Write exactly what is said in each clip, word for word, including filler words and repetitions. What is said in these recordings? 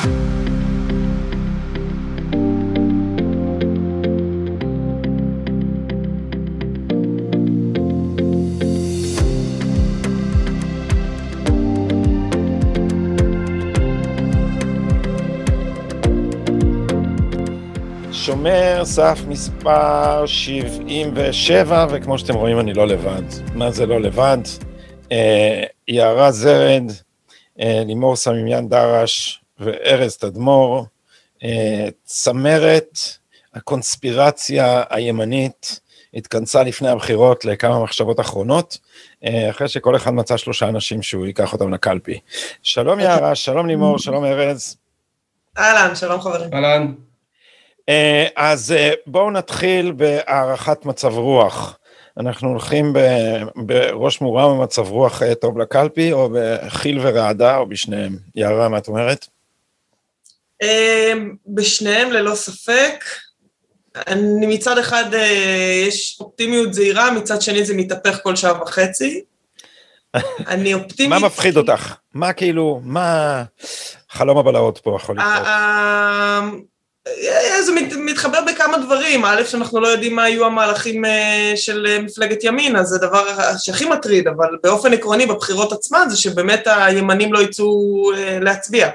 שומר סף מספר שבעים ושבע, וכמו שאתם רואים אני לא לבד. מה זה לא לבד? אה, יערה זרד, אה, לימור סמימיאן דרש וארז תדמור, אה, צמרת הקונספירציה הימנית התכנסה לפני הבחירות לכמה מחשבות אחרונות, אה, אחרי שכל אחד מצא שלושה אנשים שהוא ייקח אותם לקלפי. שלום יערה, שלום לימור, שלום ארז. אהלן, שלום חברים. אהלן. אז בואו נתחיל בהערכת מצב רוח. אנחנו הולכים בראש מורם במצב רוח טוב לקלפי, או בחיל ורעדה, או בשניהם. יערה, מה את אומרת? בשניהם ללא ספק. אני מצד אחד יש אופטימיות זהירה, מצד שני זה מתהפך כל שעה וחצי. אני אופטימית. מה מפחיד אותך? מה כאילו, מה חלום הבלהות פה יכול לקרות? זה מתחבר בכמה דברים. א', שאנחנו לא יודעים מה היו המהלכים של מפלגת ימין, אז זה דבר שהכי מטריד, אבל באופן עקרוני בבחירות עצמן זה שבאמת הימנים לא יצאו להצביע.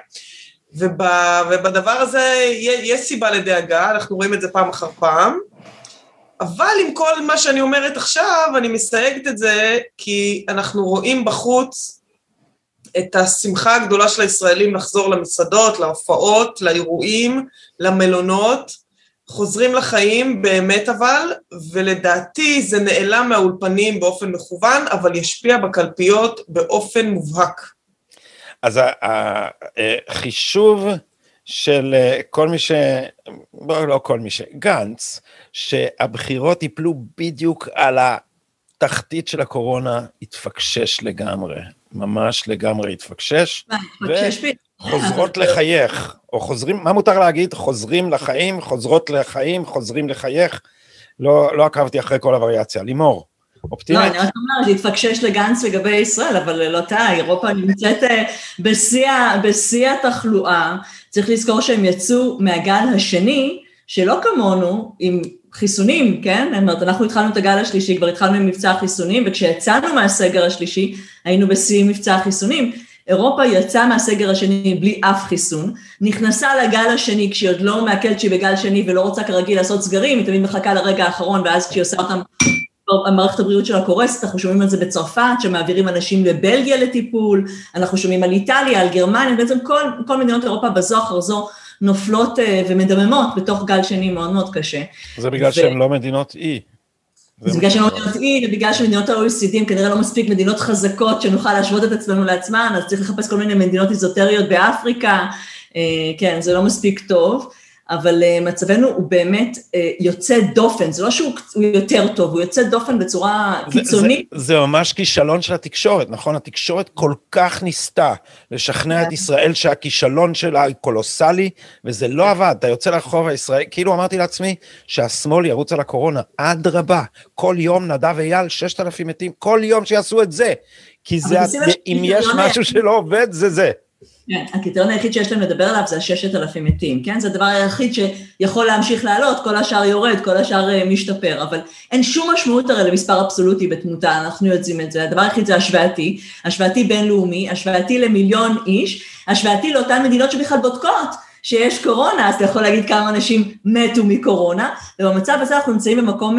ובדבר הזה יש סיבה לדאגה, אנחנו רואים את זה פעם אחר פעם, אבל עם כל מה שאני אומרת עכשיו, אני מסייגת את זה, כי אנחנו רואים בחוץ את השמחה הגדולה של הישראלים לחזור למסעדות, להופעות, לאירועים, למלונות, חוזרים לחיים באמת אבל, ולדעתי זה נעלם מהאולפנים באופן מכוון, אבל ישפיע בקלפיות באופן מובהק. אז החישוב של כל מי ש... לא כל מי ש... גנץ, שהבחירות ייפלו בדיוק על התחתית של הקורונה, התפקשש לגמרי. ממש לגמרי התפקשש, וחוזרות לחייך, או חוזרים, מה מותר להגיד? חוזרים לחיים, חוזרות לחיים, חוזרים לחייך, לא, לא עקבתי אחרי כל הווריאציה. לימור, אופטימית? לא, אני רק אומרת, זה התפקשש לגנץ לגבי ישראל, אבל לא טעה, אירופה נמצאת בשיא התחלואה, צריך לזכור שהם יצאו מהגל השני, שלא כמונו, עם חיסונים, כן? אנחנו התחלנו את הגל השלישי, כבר התחלנו עם מבצע החיסונים, וכשיצאנו מהסגר השלישי, היינו בשיא מבצע החיסונים. אירופה יצאה מהסגר השני בלי אף חיסון, נכנסה לגל השני, כשהיא עוד לא מעכלת שהיא בגל שני, ולא רוצה כרגיל לעשות סגרים, היא תמיד מחכה לרגע האחרון, ואז כשהיא עושה אותם, המערכת הבריאות שלה קורסת, אנחנו שומעים על זה בצרפת, שמעבירים אנשים לבלגיה לטיפול, אנחנו שומעים על איטליה, על גרמניה, בעצם כל, כל מדינות אירופה בזו אחר זו, נופלות ומדממות בתוך גל שני מאוד מאוד קשה. זה בגלל שהן לא מדינות אי. זה בגלל שהן לא מדינות אי, ובגלל שמדינות ה-או אי סי די כנראה לא מספיק מדינות חזקות שנוכל להשוות את עצמנו לעצמן, אז צריך לחפש כל מיני מדינות איזוטריות באפריקה, כן, זה לא מספיק טוב, אבל מצבנו הוא באמת יוצא דופן, זה לא שהוא יותר טוב, הוא יוצא דופן בצורה קיצונית. זה, זה, זה ממש כישלון של התקשורת, נכון? התקשורת כל כך ניסתה לשכנע את ישראל שהכישלון שלה היא קולוסלי, וזה לא עבד, אתה יוצא לרחוב הישראל, כאילו אמרתי לעצמי שהשמאל ירוץ על הקורונה, עד רבה, כל יום נדב אייל, ששת אלפים מתים, כל יום שיעשו את זה, כי זה, אם יש משהו שלא עובד, זה זה. כן, הקריטריון היחיד שיש להם לדבר עליו זה ה-ששת אלפים מתים, כן? זה הדבר היחיד שיכול להמשיך לעלות, כל השאר יורד, כל השאר משתפר, אבל אין שום משמעות הרי למספר אבסולוטי בתמותה, אנחנו יודעים את זה, הדבר היחיד זה השוואתי, השוואתי בינלאומי, השוואתי למיליון איש, השוואתי לאותן מדינות שבכלל בודקות, שיש קורונה, אז אתה יכול להגיד כמה אנשים מתו מקורונה, ובמצב הזה אנחנו נמצאים במקום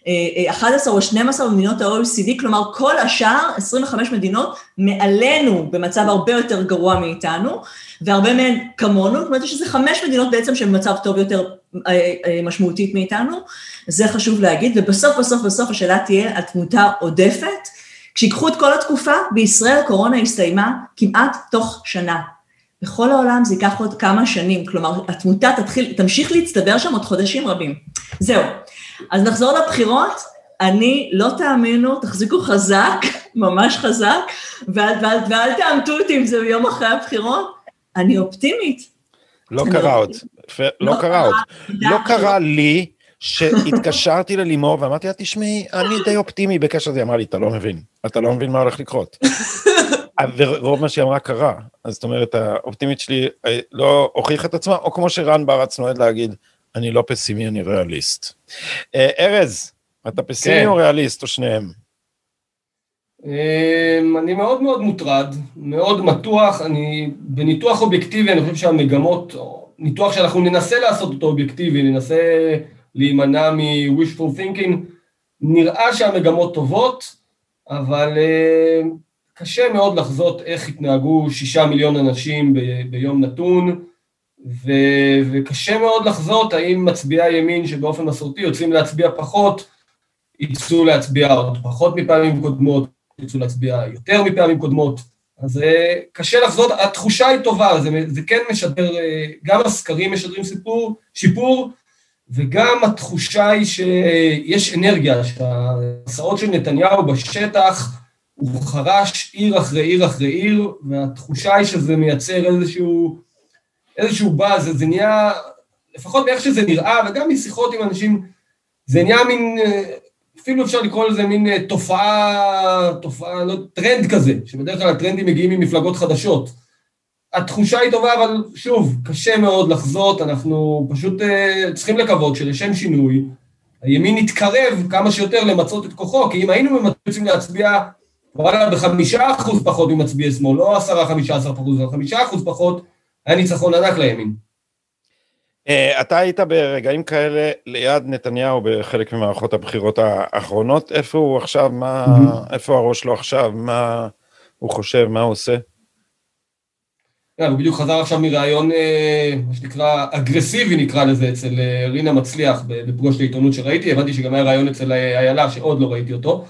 אחת עשרה או שתים עשרה במדינות ה-או אי סי די, כלומר כל השאר, עשרים וחמש מדינות, מעלינו במצב הרבה יותר גרוע מאיתנו, והרבה מהן כמונו, זאת אומרת שזה חמש מדינות בעצם שהן במצב טוב יותר משמעותית מאיתנו, זה חשוב להגיד, ובסוף בסוף בסוף השאלה תהיה על תמותה עודפת, כשיקחו את כל התקופה, בישראל הקורונה הסתיימה כמעט תוך שנה, בכל העולם זה ייקח עוד כמה שנים, כלומר, התמותה תתחיל, תמשיך להצטבר שם עוד חודשים רבים. זהו. אז נחזור לבחירות, אני לא תאמינו, תחזיקו חזק, ממש חזק, ואל, ואל, ואל תאמתו אותי אם זה ביום אחרי הבחירות, אני אופטימית. לא קרה עוד, לא קרה עוד. לא קרה לי שהתקשרתי ללימור, ואמרתי לה, תשמעי, אני די אופטימי בקשר לזה, אמרה לי, אתה לא מבין, אתה לא מבין מה הולך לקרות. ורוב מה שהיא אמרה קרה, אז זאת אומרת, האופטימית שלי לא הוכיחה את עצמה, או כמו שרן ברץ נועד להגיד, אני לא פסימי, אני ריאליסט. ארז, אתה פסימי או ריאליסט, או שניהם? אני מאוד מאוד מוטרד, מאוד מתוח, אני בניתוח אובייקטיבי, אני חושב שהמגמות, ניתוח שאנחנו ננסה לעשות אותו אובייקטיבי, ננסה להימנע מ-wishful thinking, נראה שהמגמות טובות, אבל קשה מאוד לחזות איך התנהגו שישה מיליון אנשים ב- ביום נתון, ו- וקשה מאוד לחזות האם מצביעי ימין שבאופן מסורתי יוצאים להצביע פחות, יצאו להצביע עוד פחות מפעמים קודמות, יצאו להצביע יותר מפעמים קודמות, אז קשה לחזות, התחושה היא טובה, זה, זה כן משדר, גם הסקרים משדרים סיפור, שיפור, וגם התחושה היא שיש אנרגיה, שהמסעות של נתניהו בשטח, הוא חרש עיר אחרי עיר אחרי עיר, והתחושה היא שזה מייצר איזשהו, איזשהו באז, זה נהיה, לפחות מאיך שזה נראה, וגם משיחות עם אנשים, זה נהיה מין, אפילו אפשר לקרוא לזה מין תופעה, תופעה, לא, טרנד כזה, שבדרך כלל הטרנדים מגיעים ממפלגות חדשות. התחושה היא טובה, אבל שוב, קשה מאוד לחזות, אנחנו פשוט uh, צריכים לקוות שלשם שינוי, הימין יתקרב כמה שיותר למצות את כוחו, כי אם היינו ממצים להצביע, וואלה, בחמישה אחוז פחות ממצביעי שמאל, לא עשרה, חמישה עשר אחוז, אלא חמישה אחוז פחות, היה ניצחון ענק לימין. אתה היית ברגעים כאלה ליד נתניהו בחלק ממערכות הבחירות האחרונות, איפה הוא עכשיו, מה, איפה הראש לו עכשיו, מה הוא חושב, מה הוא עושה? הוא בדיוק חזר עכשיו מרעיון, מה שנקרא, אגרסיבי נקרא לזה, אצל רינה מצליח, בפגוש לעיתונות שראיתי, הבנתי שגם היה רעיון אצל איילה, שעוד לא ראיתי אותו.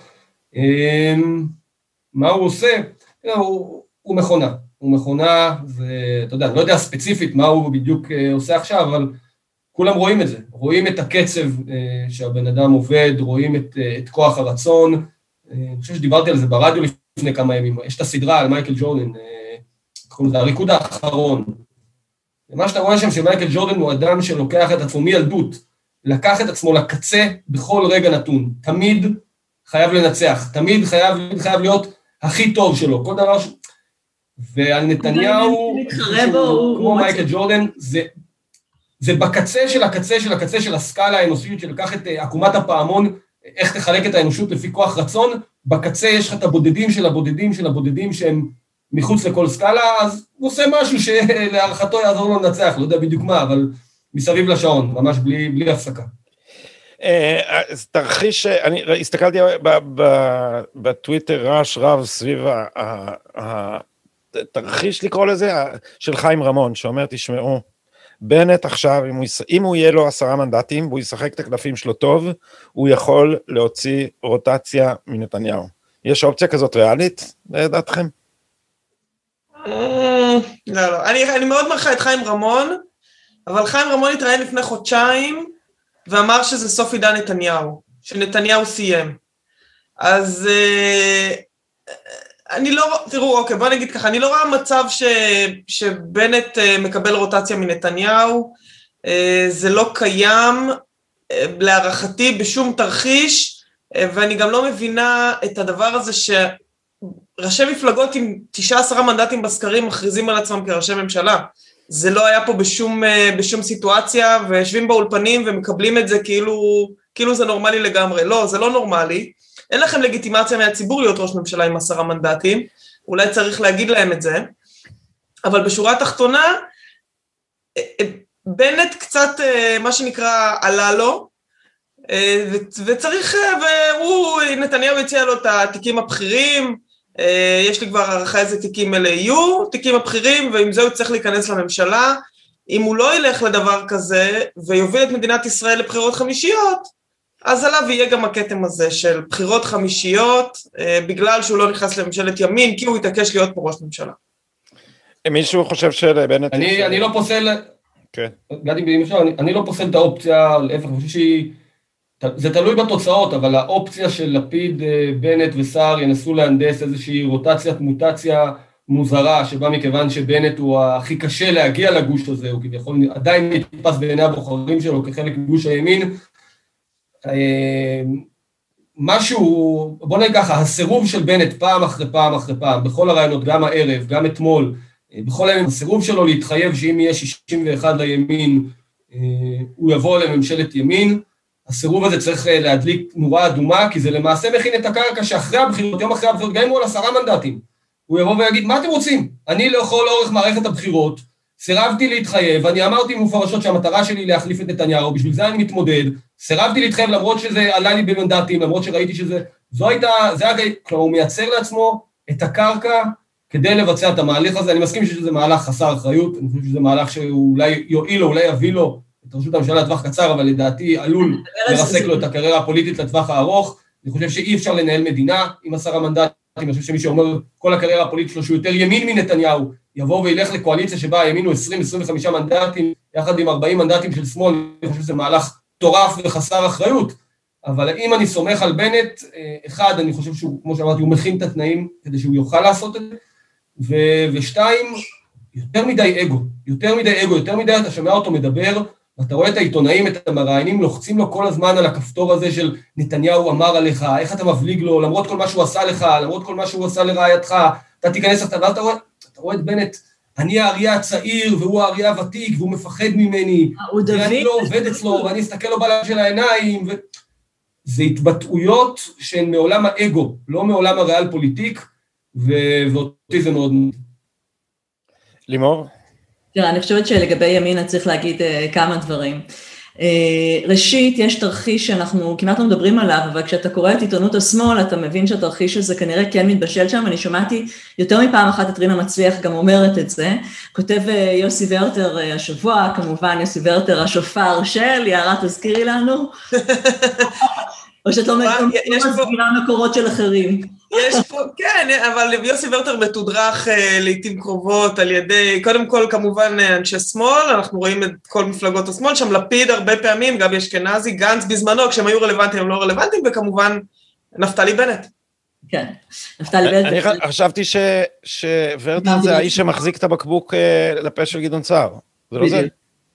מה הוא עושה? הוא, הוא מכונה, הוא מכונה, ואתה יודע, לא יודע ספציפית מה הוא בדיוק עושה עכשיו, אבל כולם רואים את זה, רואים את הקצב שהבן אדם עובד, רואים את, את כוח הרצון, אני חושב שדיברתי על זה ברדיו לפני כמה ימים, יש את הסדרה על מייקל ג'ורדן, קוראים לזה הריקוד האחרון, ומה שאתה רואה שם שמייקל ג'ורדן הוא אדם שלוקח את עצמו מילדות, לקח את עצמו לקצה בכל רגע נתון, תמיד חייב לנצח, תמיד חייב, חייב להיות הכי טוב שלו, כל דבר ש... ועל נתניהו, כמו מייקל ג'ורדן, זה, זה בקצה של הקצה של הקצה של הסקאלה האנושית, שלקח את עקומת הפעמון, איך תחלק את האנושות לפי כוח רצון, בקצה יש לך את הבודדים של הבודדים של הבודדים שהם מחוץ לכל סקאלה, אז הוא עושה משהו שלהערכתו יעזור לו לנצח, לא יודע בדיוק מה, אבל מסביב לשעון, ממש בלי, בלי הפסקה. אז תרחיש, אני הסתכלתי בטוויטר רעש רב סביב התרחיש לקרוא לזה, של חיים רמון, שאומר, תשמעו, בנט עכשיו, אם הוא, אם הוא יהיה לו עשרה מנדטים, והוא ישחק את הקלפים שלו טוב, הוא יכול להוציא רוטציה מנתניהו. יש אופציה כזאת ריאלית, לדעתכם? לא, לא, אני, אני מאוד מרחה את חיים רמון, אבל חיים רמון התראיין לפני חודשיים, ואמר שזה סוף עידן נתניהו, שנתניהו סיים. אז אני לא, תראו, אוקיי, בוא נגיד ככה, אני לא רואה מצב ש, שבנט מקבל רוטציה מנתניהו, זה לא קיים להערכתי בשום תרחיש, ואני גם לא מבינה את הדבר הזה שראשי מפלגות עם תשעה עשרה מנדטים בסקרים מכריזים על עצמם כראשי ממשלה. זה לא היה פה בשום, בשום סיטואציה, ויושבים באולפנים ומקבלים את זה כאילו, כאילו זה נורמלי לגמרי. לא, זה לא נורמלי. אין לכם לגיטימציה מהציבור להיות ראש ממשלה עם עשרה מנדטים, אולי צריך להגיד להם את זה, אבל בשורה התחתונה, בנט קצת, מה שנקרא, עלה לו, וצריך, והוא, נתניהו הציע לו את התיקים הבכירים, יש לי כבר הערכה איזה תיקים אלה יהיו, תיקים הבכירים, ועם זה הוא צריך להיכנס לממשלה. אם הוא לא ילך לדבר כזה, ויוביל את מדינת ישראל לבחירות חמישיות, אז עליו יהיה גם הקטם הזה של בחירות חמישיות, בגלל שהוא לא נכנס לממשלת ימין, כי הוא יתעקש להיות פה ראש ממשלה. מישהו חושב שבנט... אני, אני לא פוסל... כן. אני לא פוסל את האופציה, להפך, אני חושב שהיא... זה תלוי בתוצאות, אבל האופציה של לפיד, בנט וסער ינסו להנדס איזושהי רוטציית מוטציה מוזרה, שבה מכיוון שבנט הוא הכי קשה להגיע לגוש הזה, הוא כביכול עדיין נתפס בעיני הבוחרים שלו כחלק מגוש הימין, משהו, בוא נגיד ככה, הסירוב של בנט פעם אחרי פעם אחרי פעם, בכל הרעיונות, גם הערב, גם אתמול, בכל הימים, הסירוב שלו להתחייב שאם יהיה שישים ואחת לימין, הוא יבוא לממשלת ימין, הסירוב הזה צריך להדליק נורה אדומה, כי זה למעשה מכין את הקרקע שאחרי הבחירות, יום אחרי הבחירות, גם אם הוא על עשרה מנדטים, הוא יבוא ויגיד, מה אתם רוצים? אני לכל אורך מערכת הבחירות, סירבתי להתחייב, אני אמרתי מפורשות שהמטרה שלי להחליף את נתניהו, בשביל זה אני מתמודד, סירבתי להתחייב למרות שזה עלה לי במנדטים, למרות שראיתי שזה, זו הייתה, זה היה, כלומר, הוא מייצר לעצמו את הקרקע כדי לבצע את המהלך הזה, אני מסכים שזה מהלך חסר אחריות, אני חושב שזה מהלך שאולי יועיל לו, אולי יביא לו את רשות הממשלה לטווח קצר, אבל לדעתי עלול לרסק לו את הקריירה הפוליטית לטווח הארוך, אני חושב שאי אפשר לנהל מדינה עם עשרה מנדטים, אני חושב שמי שאומר כל הקריירה הפוליטית שלו שהוא יותר ימין מנתניהו, יבוא וילך לקואליציה שבה הימין הוא עשרים עד עשרים וחמישה מנדטים, יחד עם ארבעים מנדטים של שמאל, אני חושב שזה מהלך טורף וחסר אחריות, אבל אם אני סומך על בנט, אחד, אני חושב שהוא, כמו שאמרתי, הוא מכין את התנאים כדי שהוא יוכל לעשות את זה, ו- ושתיים, יותר מדי אגו, יותר מדי אגו, יותר מדי אתה שומע אותו מדבר, ואתה רואה את העיתונאים, את המראיינים, לוחצים לו כל הזמן על הכפתור הזה של נתניהו אמר עליך, איך אתה מבליג לו, למרות כל מה שהוא עשה לך, למרות כל מה שהוא עשה לרעייתך, אתה תיכנס לך, ואתה רואה, אתה רואה את בנט, אני האריה הצעיר, והוא האריה הוותיק, והוא מפחד ממני, ואני לא עובד אצלו, ואני אסתכל לו בלב של העיניים, ו... זה התבטאויות שהן מעולם האגו, לא מעולם הריאל פוליטיק, ו... ואותי זה מאוד... לימור? תראה, אני חושבת שלגבי ימינה צריך להגיד uh, כמה דברים. Uh, ראשית, יש תרחיש שאנחנו כמעט לא מדברים עליו, אבל כשאתה קורא את עיתונות השמאל, אתה מבין שהתרחיש הזה כנראה כן מתבשל שם, אני שמעתי יותר מפעם אחת את רינה מצליח גם אומרת את זה, כותב uh, יוסי ורטר uh, השבוע, כמובן יוסי ורטר השופר של, יערה תזכירי לנו, או שאת לא מסבירה מקורות של אחרים. יש פה, כן, אבל יוסי ורטר מתודרך לעתים קרובות על ידי, קודם כל כמובן אנשי שמאל, אנחנו רואים את כל מפלגות השמאל, שם לפיד הרבה פעמים, גבי אשכנזי, גנץ בזמנו, כשהם היו רלוונטיים, הם לא רלוונטיים, וכמובן נפתלי בנט. כן, נפתלי בנט. אני חשבתי שוורטר זה האיש שמחזיק את הבקבוק לפה של גדעון סער, זה לא זה?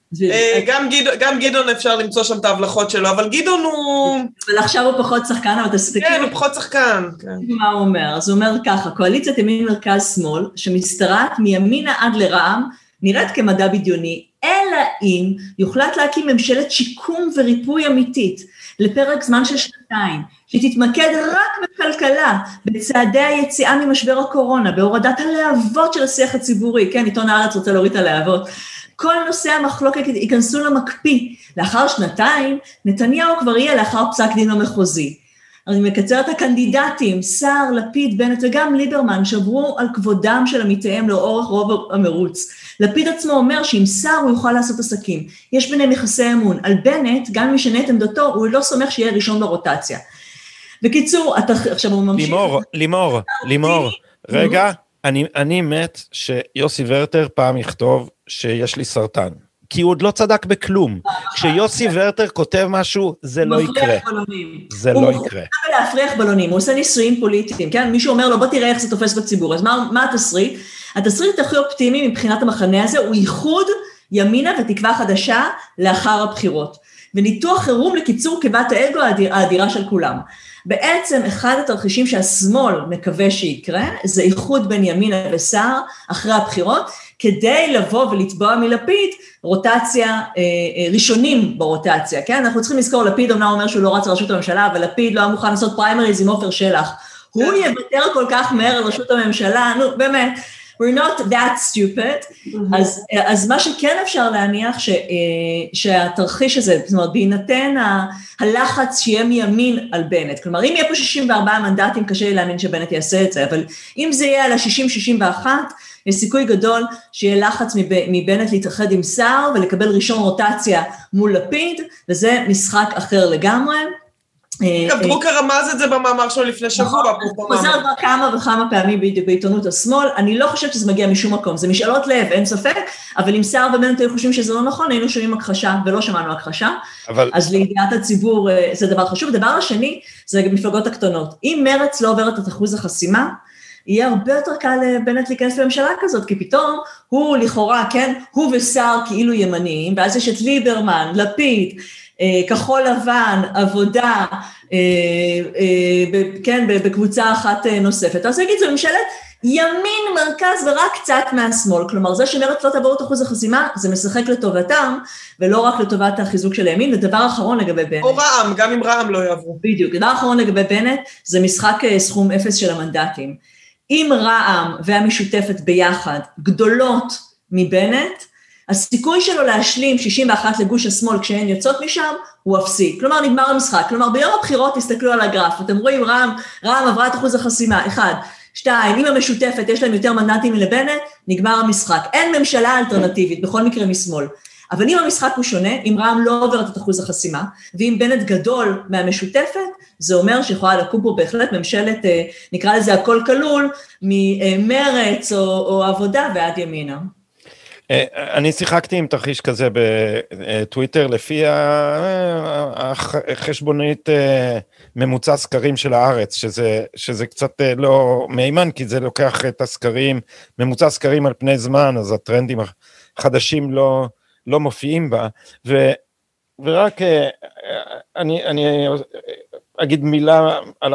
גם גדעון אפשר למצוא שם את ההבלחות שלו, אבל גדעון הוא... אבל עכשיו הוא פחות שחקן, אבל תסתכל... כן, הוא פחות שחקן. מה הוא אומר? אז הוא אומר ככה, קואליציית ימין מרכז שמאל, שמסתרעת מימינה עד לרעם, נראית כמדע בדיוני, אלא אם יוחלט להקים ממשלת שיקום וריפוי אמיתית, לפרק זמן של שנתיים, שתתמקד רק בכלכלה, בצעדי היציאה ממשבר הקורונה, בהורדת הלהבות של השיח הציבורי, כן, עיתון הארץ רוצה להוריד את הלהבות, כל נושא המחלוקת ייכנסו למקפיא, לאחר שנתיים, נתניהו כבר יהיה לאחר פסק דין המחוזי. אני מקצר את הקנדידטים, סער, לפיד, בנט וגם ליברמן, שברו על כבודם של עמיתיהם לאורך רוב המרוץ. לפיד עצמו אומר שאם סער הוא יוכל לעשות עסקים, יש ביניהם יחסי אמון. על בנט, גם אם ישנה את עמדתו, הוא לא סומך שיהיה ראשון ברוטציה. בקיצור, אתה, עכשיו הוא ממשיך... לימור, לימור, לימור, רגע, אני, אני מת שיוסי ורטר פעם יכתוב שיש לי סרטן. כי הוא עוד לא צדק בכלום. כשיוסי ורטר כותב משהו, זה לא יקרה. זה לא יקרה. הוא חושב להפריח בלונים, הוא עושה ניסויים פוליטיים, כן? מישהו אומר לו, בוא תראה איך זה תופס בציבור. אז מה, מה התסריט? התסריט הכי אופטימי מבחינת המחנה הזה, הוא ייחוד ימינה ותקווה חדשה לאחר הבחירות. וניתוח חירום לקיצור קיבת האגו האדירה של כולם. בעצם אחד התרחישים שהשמאל מקווה שיקרה, זה איחוד בין ימינה וסער אחרי הבחירות, כדי לבוא ולטבוע מלפיד רוטציה, אה, אה, ראשונים ברוטציה, כן? אנחנו צריכים לזכור, לפיד אומנם אומר שהוא לא רץ לראשות הממשלה, אבל לפיד לא היה מוכן לעשות פריימריז עם עופר שלח. הוא יוותר כל כך מהר על ראשות הממשלה, נו, באמת, we're not that stupid, אז, אז מה שכן אפשר להניח, ש, שהתרחיש הזה, זאת אומרת, בהינתן הלחץ שיהיה מימין על בנט, כלומר, אם יהיה פה שישים וארבעה מנדטים, קשה לי להאמין שבנט יעשה את זה, אבל אם זה יהיה על ה-שישים שישים ואחת, יש סיכוי גדול שיהיה לחץ מבנט להתאחד עם סער, ולקבל ראשון רוטציה מול לפיד, וזה משחק אחר לגמרי. גם דרוקר רמז את זה במאמר שלו לפני שבוע. חוזר כבר כמה וכמה פעמים בעיתונות השמאל, אני לא חושבת שזה מגיע משום מקום, זה משאלות לב, אין ספק, אבל אם סער ובנט היו חושבים שזה לא נכון, היינו שומעים הכחשה, ולא שמענו הכחשה, אז לידיעת הציבור זה דבר חשוב. דבר השני, זה מפלגות הקטנות. אם מרץ לא עוברת את אחוז החסימה, יהיה הרבה יותר קל בנט להיכנס לממשלה כזאת, כי פתאום הוא לכאורה, כן, הוא וסער כאילו ימניים, ואז יש את ליברמן, לפיד, כחול לבן, עבודה, כן, בקבוצה אחת נוספת. אז נגיד, זו ממשלת ימין, מרכז ורק קצת מהשמאל, כלומר, זה שמרץ לא תעבור את אחוז החסימה, זה משחק לטובתם, ולא רק לטובת החיזוק של הימין, ודבר אחרון לגבי בנט. או רעם, גם אם רעם לא יעברו. בדיוק, דבר אחרון לגבי בנט, זה משחק סכום אפס של המנדטים. אם רעם והמשותפת ביחד גדולות מבנט, הסיכוי שלו להשלים שישים ואחת לגוש השמאל כשהן יוצאות משם, הוא אפסי. כלומר, נגמר המשחק. כלומר, ביום הבחירות תסתכלו על הגרף, אתם רואים, רעם, רעם עברה את אחוז החסימה, אחד. שתיים, אם המשותפת יש להם יותר מנדטים מלבנט, נגמר המשחק. אין ממשלה אלטרנטיבית, בכל מקרה משמאל. אבל אם המשחק הוא שונה, אם רעם לא עוברת את אחוז החסימה, ואם בנט גדול מהמשותפת, זה אומר שיכולה לקום פה בהחלט ממשלת, נקרא לזה הכל כלול, ממרץ או, או עבודה ועד ימינה. אני שיחקתי עם תרחיש כזה בטוויטר, לפי החשבונית ממוצע סקרים של הארץ, שזה, שזה קצת לא מהימן, כי זה לוקח את הסקרים, ממוצע סקרים על פני זמן, אז הטרנדים החדשים לא, לא מופיעים בה, ו, ורק אני, אני אגיד מילה על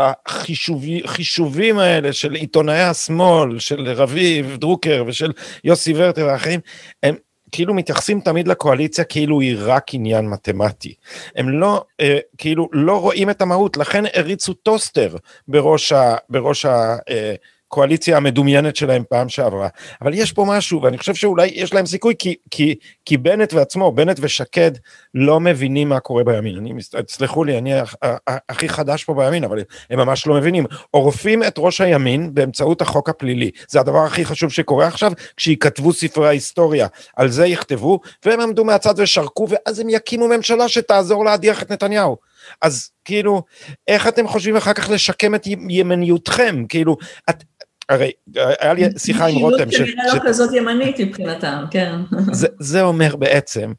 החישובים האלה של עיתונאי השמאל, של רביב דרוקר ושל יוסי ורטר ואחרים, הם כאילו מתייחסים תמיד לקואליציה כאילו היא רק עניין מתמטי. הם לא, אה, כאילו לא רואים את המהות, לכן הריצו טוסטר בראש ה... בראש ה אה, קואליציה המדומיינת שלהם פעם שעברה, אבל יש פה משהו, ואני חושב שאולי יש להם סיכוי, כי, כי, כי בנט ועצמו, בנט ושקד, לא מבינים מה קורה בימין, אני, תסלחו לי, אני הכי חדש פה בימין, אבל הם ממש לא מבינים, עורפים את ראש הימין, באמצעות החוק הפלילי, זה הדבר הכי חשוב שקורה עכשיו, כשיכתבו ספרי ההיסטוריה, על זה יכתבו, והם עמדו מהצד ושרקו, ואז הם יקימו ממשלה שתעזור להדיח את נתניהו, אז כאילו, איך אתם חושבים אחר כך לשקם את ימניותכם, כאילו, את, הרי, היה לי שיחה עם רותם. משילות כנראה לא כזאת ימנית מבחינתם, כן. זה אומר בעצם,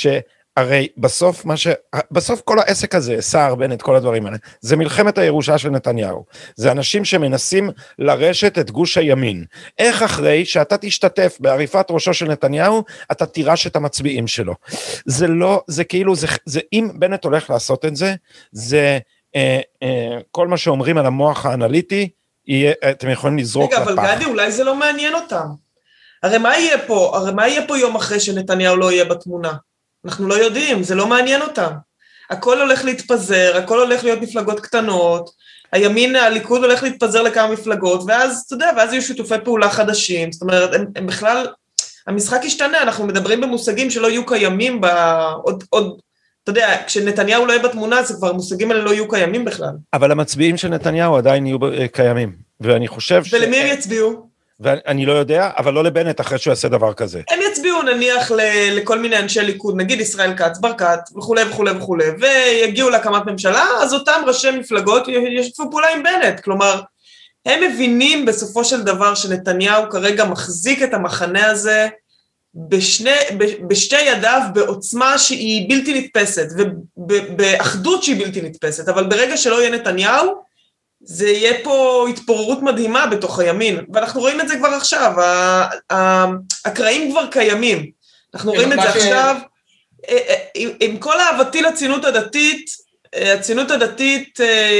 שהרי בסוף מה ש... בסוף כל העסק הזה, סער, בנט, כל הדברים האלה, זה מלחמת הירושה של נתניהו. זה אנשים שמנסים לרשת את גוש הימין. איך אחרי שאתה תשתתף בעריפת ראשו של נתניהו, אתה תירש את המצביעים שלו. זה לא, זה כאילו, זה, זה, אם בנט הולך לעשות את זה, זה אה, אה, כל מה שאומרים על המוח האנליטי, יהיה, אתם יכולים לזרוק לפח. רגע, אבל גדי, אולי זה לא מעניין אותם. הרי מה יהיה פה? הרי מה יהיה פה יום אחרי שנתניהו לא יהיה בתמונה? אנחנו לא יודעים, זה לא מעניין אותם. הכל הולך להתפזר, הכל הולך להיות מפלגות קטנות, הימין, הליכוד הולך להתפזר לכמה מפלגות, ואז, אתה יודע, ואז יהיו שיתופי פעולה חדשים, זאת אומרת, הם, הם בכלל, המשחק ישתנה, אנחנו מדברים במושגים שלא יהיו קיימים בעוד, עוד, אתה יודע, כשנתניהו לא יהיה בתמונה, זה כבר המושגים האלה לא יהיו קיימים בכלל. אבל המצביעים של נתניהו עדיין יהיו קיימים, ואני חושב ש... ולמי הם יצביעו? ואני לא יודע, אבל לא לבנט אחרי שהוא יעשה דבר כזה. הם יצביעו נניח ל- לכל מיני אנשי ליכוד, נגיד ישראל כץ, ברקת, וכו' וכו' וכו', ויגיעו להקמת ממשלה, אז אותם ראשי מפלגות ישתפו פעולה עם בנט, כלומר, הם מבינים בסופו של דבר שנתניהו כרגע מחזיק את המחנה הזה, בשני, בשתי ידיו בעוצמה שהיא בלתי נתפסת, ובאחדות שהיא בלתי נתפסת, אבל ברגע שלא יהיה נתניהו, זה יהיה פה התפוררות מדהימה בתוך הימין, ואנחנו רואים את זה כבר עכשיו, הקרעים כבר קיימים, אנחנו רואים את זה עכשיו, עם כל אהבתי לציונות הדתית, הציונות הדתית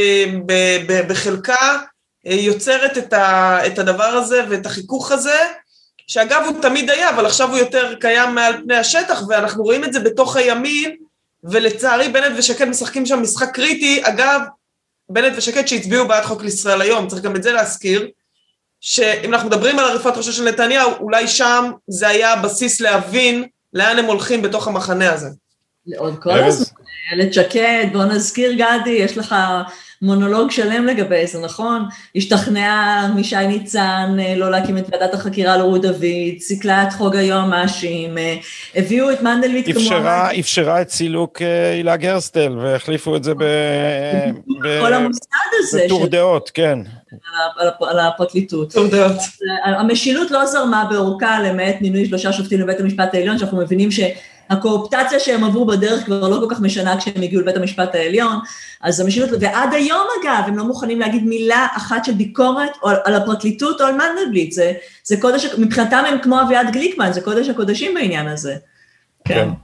בחלקה יוצרת את הדבר הזה ואת החיכוך הזה, שאגב הוא תמיד היה, אבל עכשיו הוא יותר קיים מעל פני השטח, ואנחנו רואים את זה בתוך הימין, ולצערי בנט ושקד משחקים שם משחק קריטי, אגב, בנט ושקד שהצביעו בעד חוק לישראל היום, צריך גם את זה להזכיר, שאם אנחנו מדברים על עריפת ראשו של נתניהו, אולי שם זה היה בסיס להבין לאן הם הולכים בתוך המחנה הזה. לעוד כל הזמן, ילד שקד, בוא נזכיר גדי, יש לך מונולוג שלם לגבי זה, נכון? השתכנעה משי ניצן לא להקים את ועדת החקירה לרות דוד, סיכלה את חוק היועמ"שים, הביאו את מנדלבליט כמו... אפשרה, אפשרה את סילוק הילה גרסטל, והחליפו את זה ב... כל המוסד הזה. בטור דעות, כן. על הפרקליטות. טור דעות. המשילות לא זרמה באורכה, למעט מינוי שלושה שופטים לבית המשפט העליון, שאנחנו מבינים ש... הקואופטציה שהם עברו בדרך כבר לא כל כך משנה כשהם הגיעו לבית המשפט העליון, אז המשילות, ועד היום אגב, הם לא מוכנים להגיד מילה אחת של ביקורת על הפרקליטות או על מנדלבליט, זה, זה קודש, מבחינתם הם כמו אביעד גליקמן, זה קודש הקודשים בעניין הזה. כן.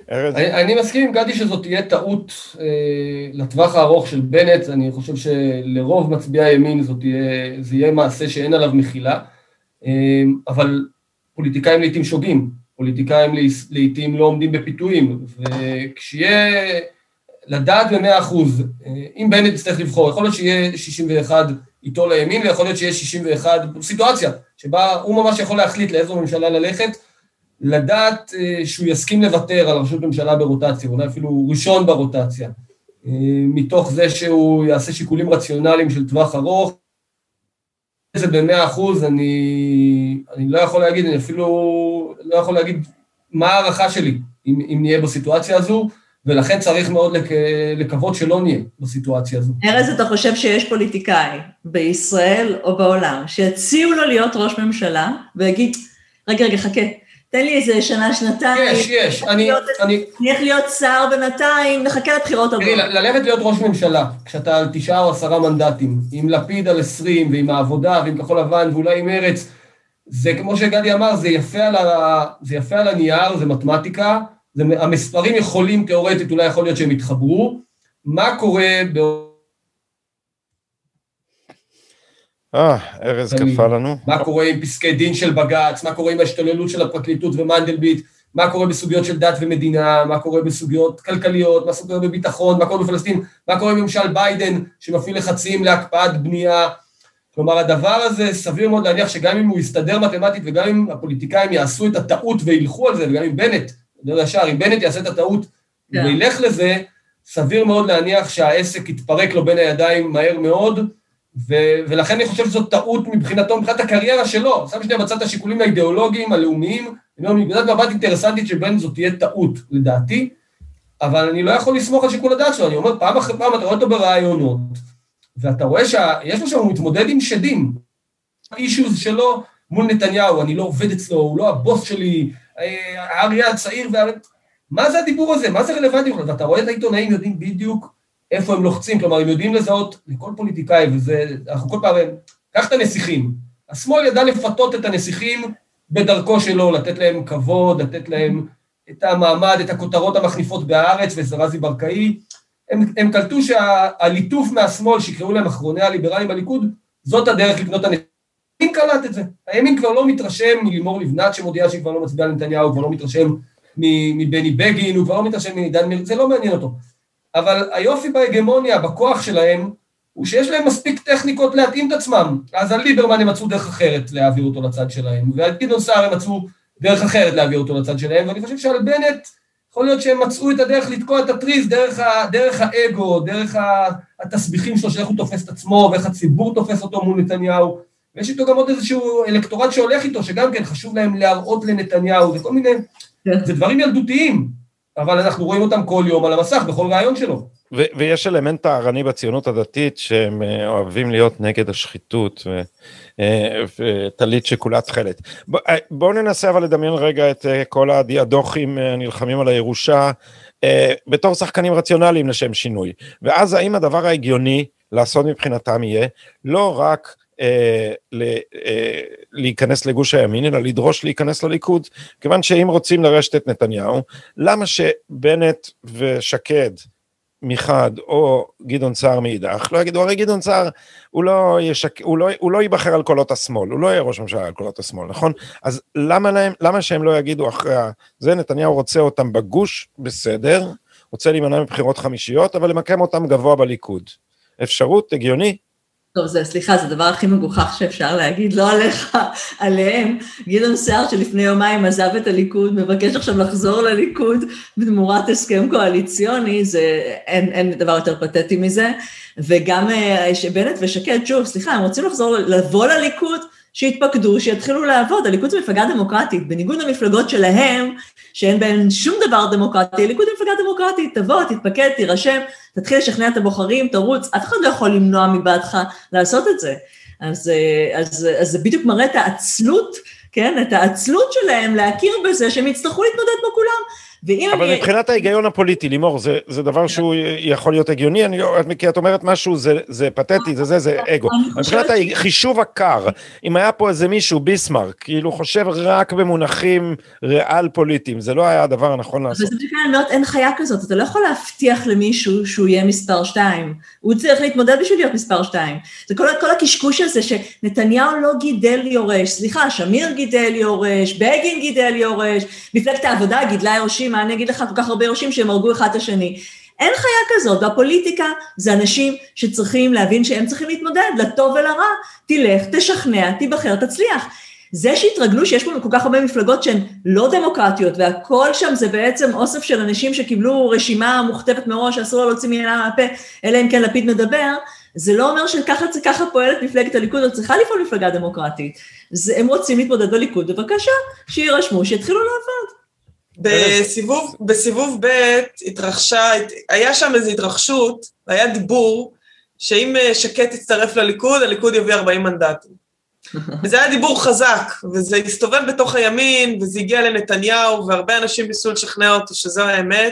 אני, אני מסכים עם גדי שזאת תהיה טעות אה, לטווח הארוך של בנט, אני חושב שלרוב מצביעי הימין זאת תהיה, זה יהיה מעשה שאין עליו מחילה, אה, אבל פוליטיקאים לעתים שוגים, פוליטיקאים לעתים לא עומדים בפיתויים, וכשיהיה לדעת במאה אחוז, אם בנט יצטרך לבחור, יכול להיות שיהיה שישים ואחת איתו לימין, ויכול להיות שיהיה שישים ואחת סיטואציה, שבה הוא ממש יכול להחליט לאיזו ממשלה ללכת, לדעת שהוא יסכים לוותר על ראשות ממשלה ברוטציה, אולי אפילו ראשון ברוטציה, מתוך זה שהוא יעשה שיקולים רציונליים של טווח ארוך, זה במאה אחוז, אני, אני לא יכול להגיד, אני אפילו לא יכול להגיד מה הערכה שלי, אם, אם נהיה בסיטואציה הזו, ולכן צריך מאוד לק... לקוות שלא נהיה בסיטואציה הזו. ארז, אתה חושב שיש פוליטיקאי בישראל או בעולם, שיציעו לו להיות ראש ממשלה, ויגיד, רגע, רגע, חכה, תן לי איזה שנה, שנתיים. יש, יש. אני... אני... נלך להיות שר בינתיים, נחכה לבחירות הבאות. תראי, ללכת להיות ראש ממשלה, כשאתה על תשעה או עשרה מנדטים, עם לפיד על עשרים, ועם העבודה, ועם כחול לבן, ואולי עם מרץ, זה כמו שגדי אמר, זה יפה על, ה... זה יפה על הנייר, זה מתמטיקה, זה... המספרים יכולים תיאורטית, אולי יכול להיות שהם יתחברו. מה קורה ב... אה, ארז קפה לנו. מה קורה עם פסקי דין של בג"ץ, מה קורה עם ההשתוללות של הפרקליטות ומנדלבליט, מה קורה בסוגיות של דת ומדינה, מה קורה בסוגיות כלכליות, מה קורה בביטחון, מה קורה בפלסטין, מה קורה עם ממשל ביידן שמפעיל לחצים להקפאת בנייה. כלומר, הדבר הזה סביר מאוד להניח שגם אם הוא יסתדר מתמטית וגם אם הפוליטיקאים יעשו את הטעות וילכו על זה, וגם אם בנט, לא ישר, אם בנט יעשה את הטעות yeah. וילך לזה, סביר מאוד להניח שהעסק יתפרק לו בין הידיים מהר מאוד, ו- ולכן אני חושב שזאת טעות מבחינתו, מבחינת הקריירה שלו, שם שנייה בצד את השיקולים האידיאולוגיים, הלאומיים, אני אומר, מבחינת מבט אינטרסנטית שבין זאת תהיה טעות, לדעתי, אבל אני לא יכול לסמוך על שיקול הדעת שלו, אני אומר, פעם אחרי פעם אתה רואה אותו ברעיונות, ואתה רואה שיש לו שם, הוא מתמודד עם שדים, האישוז שלו מול נתניהו, אני לא עובד אצלו, הוא לא הבוס שלי, האריה הצעיר, וה... מה זה הדיבור הזה? מה זה רלוונטי? ואתה רואה את העיתונאים יודעים בדיוק איפה הם לוחצים, כלומר, הם יודעים לזהות לכל פוליטיקאי, וזה, אנחנו כל פעם, קח את הנסיכים. השמאל ידע לפתות את הנסיכים בדרכו שלו, לתת להם כבוד, לתת להם את המעמד, את הכותרות המחניפות בהארץ, וזרזי ברקאי. הם, הם קלטו שהליטוף מהשמאל, שיקראו להם אחרוני הליברלים בליכוד, זאת הדרך לקנות הנסיכים. הימין קלט את זה. הימין כבר לא מתרשם מלימור לבנת, שמודיעה שהיא כבר לא מצביעה לנתניהו, הוא כבר לא מתרשם מבני בגין, הוא כבר לא מתרשם מדן מיר, זה לא מעניין אותו. אבל היופי בהגמוניה, בכוח שלהם, הוא שיש להם מספיק טכניקות להתאים את עצמם. אז על ליברמן הם מצאו דרך אחרת להעביר אותו לצד שלהם, ועל גדעון סער הם מצאו דרך אחרת להעביר אותו לצד שלהם, ואני חושב שעל בנט, יכול להיות שהם מצאו את הדרך לתקוע את הטריז, דרך, ה, דרך האגו, דרך התסביכים שלו, שאיך הוא תופס את עצמו, ואיך הציבור תופס אותו מול נתניהו, ויש איתו גם עוד איזשהו אלקטורט שהולך איתו, שגם כן חשוב להם להראות לנתניהו, זה כל מיני, זה דברים ילדותיים, אבל אנחנו רואים אותם כל יום על המסך, בכל רעיון שלו. ו- ויש אלמנט הערני בציונות הדתית, שהם אוהבים להיות נגד השחיתות, ותלית שכולה תחלת. בואו ננסה אבל לדמיין רגע את כל הדיאדוכים הנלחמים על הירושה, בתור שחקנים רציונליים לשם שינוי. ואז האם הדבר ההגיוני לעשות מבחינתם יהיה, לא רק להיכנס לגוש הימין, אלא לדרוש להיכנס לליכוד, כיוון שאם רוצים לרשת את נתניהו, למה שבנט ושקד מחד, או גדעון סער מאידך, לא יגידו, הרי גדעון סער, הוא לא, ישק, הוא, לא, הוא לא ייבחר על קולות השמאל, הוא לא יהיה ראש ממשלה על קולות השמאל, נכון? אז למה, להם, למה שהם לא יגידו אחרי זה, נתניהו רוצה אותם בגוש, בסדר, רוצה להימנע מבחירות חמישיות, אבל למקם אותם גבוה בליכוד. אפשרות, הגיוני? טוב, זה, סליחה, זה הדבר הכי מגוחך שאפשר להגיד, לא עליך, עליהם. גדעון סער שלפני יומיים עזב את הליכוד, מבקש עכשיו לחזור לליכוד, בתמורת הסכם קואליציוני, זה, אין, אין דבר יותר פתטי מזה, וגם בנט ושקד, שוב, סליחה, הם רוצים לחזור, לבוא לליכוד, שיתפקדו, שיתחילו לעבוד, הליכוד זה מפלגה דמוקרטית, בניגוד למפלגות שלהם, שאין בהן שום דבר דמוקרטי, הליכוד זה מפלגה דמוקרטית, תבוא, תתפקד, תירשם, תתחיל לשכנע את הבוחרים, תרוץ, אף אחד לא יכול למנוע מבעדך לעשות את זה. אז, אז, אז זה בדיוק מראה את העצלות, כן, את העצלות שלהם להכיר בזה, שהם יצטרכו להתמודד כמו כולם, אבל אני... מבחינת ההיגיון הפוליטי, לימור, זה, זה דבר שהוא יכול להיות הגיוני, אני, כי את אומרת משהו, זה, זה פתטי, זה זה, זה אגו. מבחינת החישוב הקר, אם היה פה איזה מישהו, ביסמרק, כאילו חושב רק במונחים ריאל פוליטיים, זה לא היה הדבר הנכון לעשות. וזה בדיוק אני אומרת, אין חיה כזאת, אתה לא יכול להבטיח למישהו שהוא יהיה מספר שתיים, הוא צריך להתמודד בשביל להיות מספר שתיים. זה כל, כל הקשקוש הזה שנתניהו לא גידל יורש, סליחה, שמיר גידל יורש, בגין גידל יורש, מפלגת העבודה גידלה יורשים, מה אני אגיד לך כל כך הרבה יורשים שהם הרגו אחד את השני. אין חיה כזאת, והפוליטיקה זה אנשים שצריכים להבין שהם צריכים להתמודד, לטוב ולרע, תלך, תשכנע, תיבחר, תצליח. זה שהתרגלו שיש פה כל כך הרבה מפלגות שהן לא דמוקרטיות, והכל שם זה בעצם אוסף של אנשים שקיבלו רשימה מוכתבת מראש, שאסור לה להוציא מילה מהפה, אלא אם כן לפיד מדבר, זה לא אומר שככה ככה פועלת מפלגת הליכוד, או צריכה לפעול מפלגה דמוקרטית. זה, הם רוצים להתמודד בליכוד, בבקשה, שירשמו, שיתחילו לעבוד. בסיבוב, בסיבוב ב' התרחשה, היה שם איזו התרחשות, היה דיבור, שאם שקט יצטרף לליכוד, הליכוד יביא ארבעים מנדטים. וזה היה דיבור חזק, וזה הסתובב בתוך הימין, וזה הגיע לנתניהו, והרבה אנשים ניסו לשכנע אותו שזו האמת.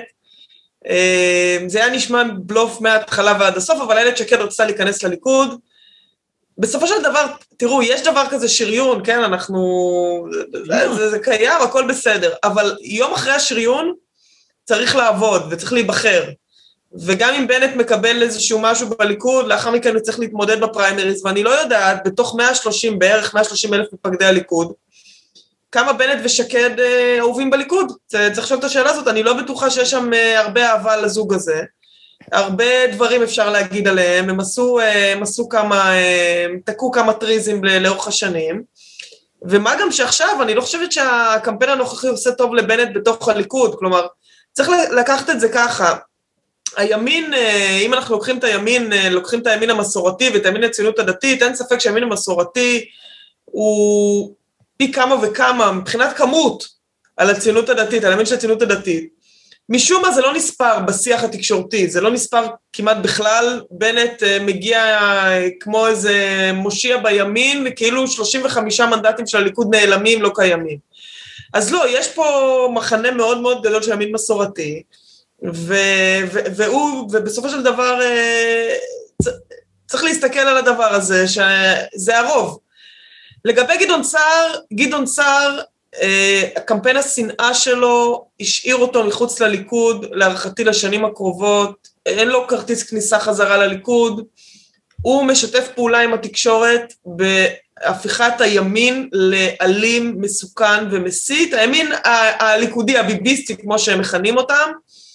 זה היה נשמע בלוף מההתחלה ועד הסוף, אבל הילד שקד רצתה להיכנס לליכוד. בסופו של דבר, תראו, יש דבר כזה שריון, כן, אנחנו, זה, זה קיים, הכל בסדר, אבל יום אחרי השריון צריך לעבוד וצריך להיבחר, וגם אם בנט מקבל איזשהו משהו בליכוד, לאחר מכן הוא צריך להתמודד בפריימריז, ואני לא יודעת, בתוך מאה ושלושים בערך, מאה ושלושים אלף מפקדי הליכוד, כמה בנט ושקד אה, אהובים בליכוד, צריך לשאול את השאלה הזאת, אני לא בטוחה שיש שם אה, הרבה אהבה לזוג הזה, הרבה דברים אפשר להגיד עליהם, הם עשו, הם עשו כמה, הם תקעו כמה טריזים לאורך השנים, ומה גם שעכשיו, אני לא חושבת שהקמפיין הנוכחי עושה טוב לבנט בתוך הליכוד, כלומר, צריך לקחת את זה ככה, הימין, אם אנחנו לוקחים את הימין, לוקחים את הימין המסורתי ואת הימין הציונות הדתית, אין ספק שהימין המסורתי הוא פי כמה וכמה, מבחינת כמות, על הציונות הדתית, על הימין של הציונות הדתית, משום מה זה לא נספר בשיח התקשורתי, זה לא נספר כמעט בכלל, בנט מגיע כמו איזה מושיע בימין, וכאילו שלושים וחמישה מנדטים של הליכוד נעלמים, לא קיימים. אז לא, יש פה מחנה מאוד מאוד גדול של ימין מסורתי, ו- ו- והוא, ובסופו של דבר, צריך להסתכל על הדבר הזה, שזה הרוב. לגבי גדעון סער, גדעון סער, הקמפיין השנאה שלו השאיר אותו מחוץ לליכוד, להערכתי לשנים הקרובות, אין לו כרטיס כניסה חזרה לליכוד, הוא משתף פעולה עם התקשורת בהפיכת הימין לאלים, מסוכן ומסית, הימין הליכודי, הביביסטי כמו שהם מכנים אותם,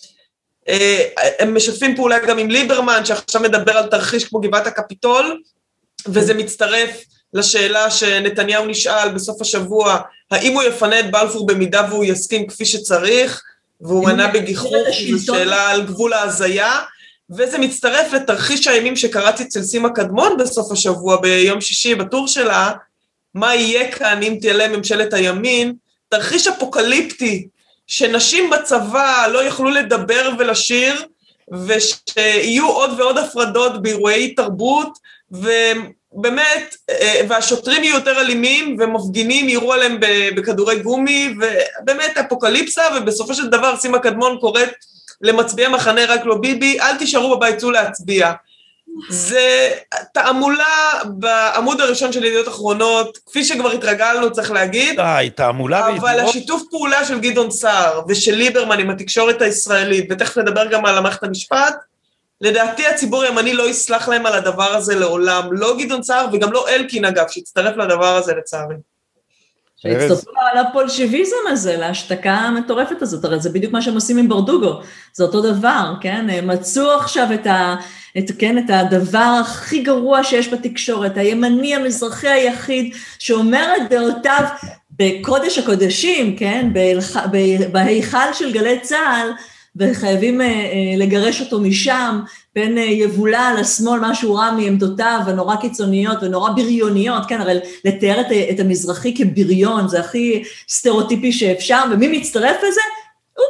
הם משתפים פעולה גם עם ליברמן, שעכשיו מדבר על תרחיש כמו גבעת הקפיטול, וזה מצטרף לשאלה שנתניהו נשאל בסוף השבוע, האם הוא יפנה את בלפור במידה והוא יסכים כפי שצריך, והוא מנה בגיחוך, זו שאלה על גבול ההזיה, וזה מצטרף לתרחיש הימים שקראתי אצל סימה קדמון בסוף השבוע, ביום שישי בטור שלה, מה יהיה כאן אם תעלה ממשלת הימין, תרחיש אפוקליפטי, שנשים בצבא לא יוכלו לדבר ולשיר, ושיהיו עוד ועוד הפרדות באירועי תרבות, ובאמת, והשוטרים יהיו יותר אלימים, ומפגינים יראו עליהם בכדורי גומי, ובאמת אפוקליפסה, ובסופו של דבר סימה קדמון קוראת למצביעי מחנה רק לא ביבי, אל תישארו בבית, צאו להצביע. זה תעמולה בעמוד הראשון של ידיעות אחרונות, כפי שכבר התרגלנו, צריך להגיד, די, תעמולה אבל בידיעות... השיתוף פעולה של גדעון סער ושל ליברמן עם התקשורת הישראלית, ותכף נדבר גם על המערכת המשפט, לדעתי הציבור הימני לא יסלח להם על הדבר הזה לעולם, לא גדעון סער וגם לא אלקין אגב, שהצטרף לדבר הזה לצערי. שהצטרפו על הפולשביזם הזה, להשתקה המטורפת הזאת, הרי זה בדיוק מה שהם עושים עם ברדוגו, זה אותו דבר, כן? מצאו עכשיו את, ה, את, כן, את הדבר הכי גרוע שיש בתקשורת, הימני המזרחי היחיד, שאומר את דעותיו בקודש הקודשים, כן? בהיכל של גלי צהל, וחייבים לגרש אותו משם, בין יבולה לשמאל, משהו רע מעמדותיו, ונורא קיצוניות, ונורא בריוניות, כן, הרי לתאר את, את המזרחי כבריון, זה הכי סטריאוטיפי שאפשר, ומי מצטרף לזה? הוא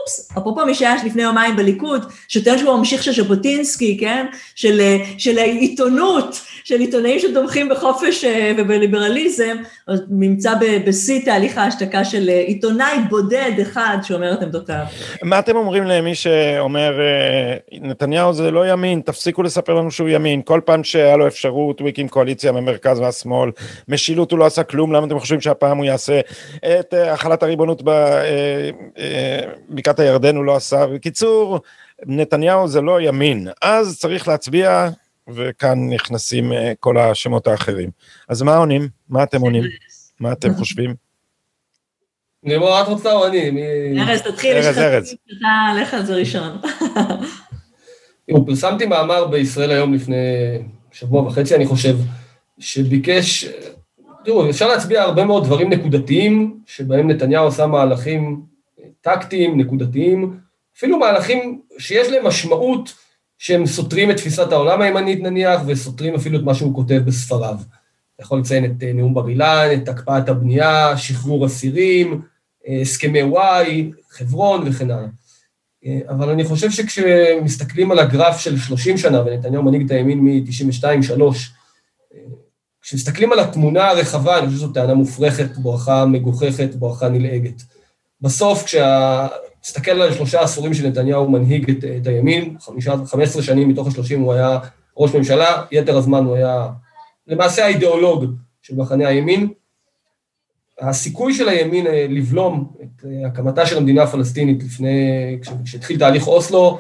אופס, אפרופו מי שהיה לפני יומיים בליכוד, שטוען שהוא ממשיך של ז'בוטינסקי, כן? של, של העיתונות, של עיתונאים שתומכים בחופש ובליברליזם, נמצא בשיא תהליך ההשתקה של עיתונאי בודד אחד שאומר את עמדותיו. מה אתם אומרים למי שאומר, נתניהו זה לא ימין, תפסיקו לספר לנו שהוא ימין, כל פעם שהיה לו אפשרות, הוא הקים קואליציה ממרכז והשמאל, משילות הוא לא עשה כלום, למה אתם חושבים שהפעם הוא יעשה את החלת הריבונות בבקעת הירדן הוא לא עשה, בקיצור, נתניהו זה לא ימין, אז צריך להצביע, וכאן נכנסים כל השמות האחרים. אז מה עונים? מה אתם עונים? מה אתם חושבים? לימור, את רוצה או אני? ארז, תתחיל, יש לך שאתה הלך על זה ראשון. פרסמתי מאמר בישראל היום לפני שבוע וחצי, אני חושב, שביקש, תראו, אפשר להצביע הרבה מאוד דברים נקודתיים, שבהם נתניהו עשה מהלכים טקטיים, נקודתיים, אפילו מהלכים שיש להם משמעות, שהם סותרים את תפיסת העולם הימנית נניח, וסותרים אפילו את מה שהוא כותב בספריו. אתה יכול לציין את נאום בר אילן, את הקפאת הבנייה, שחרור אסירים, הסכמי וואי, חברון וכן הלאה. אבל אני חושב שכשמסתכלים על הגרף של שלושים שנה, ונתניהו מנהיג את הימין מ-תשעים ושתיים שלוש, כשמסתכלים על התמונה הרחבה, אני חושב שזו טענה מופרכת, בורחה מגוחכת, בורחה נלעגת. בסוף, כשמסתכל על שלושה עשורים שנתניהו מנהיג את, את הימין, חמש עשרה שנים מתוך ה-שלושים הוא היה ראש ממשלה, יתר הזמן הוא היה למעשה האידיאולוג של מחנה הימין. הסיכוי של הימין לבלום את הקמתה של המדינה הפלסטינית לפני, כשהתחיל תהליך אוסלו,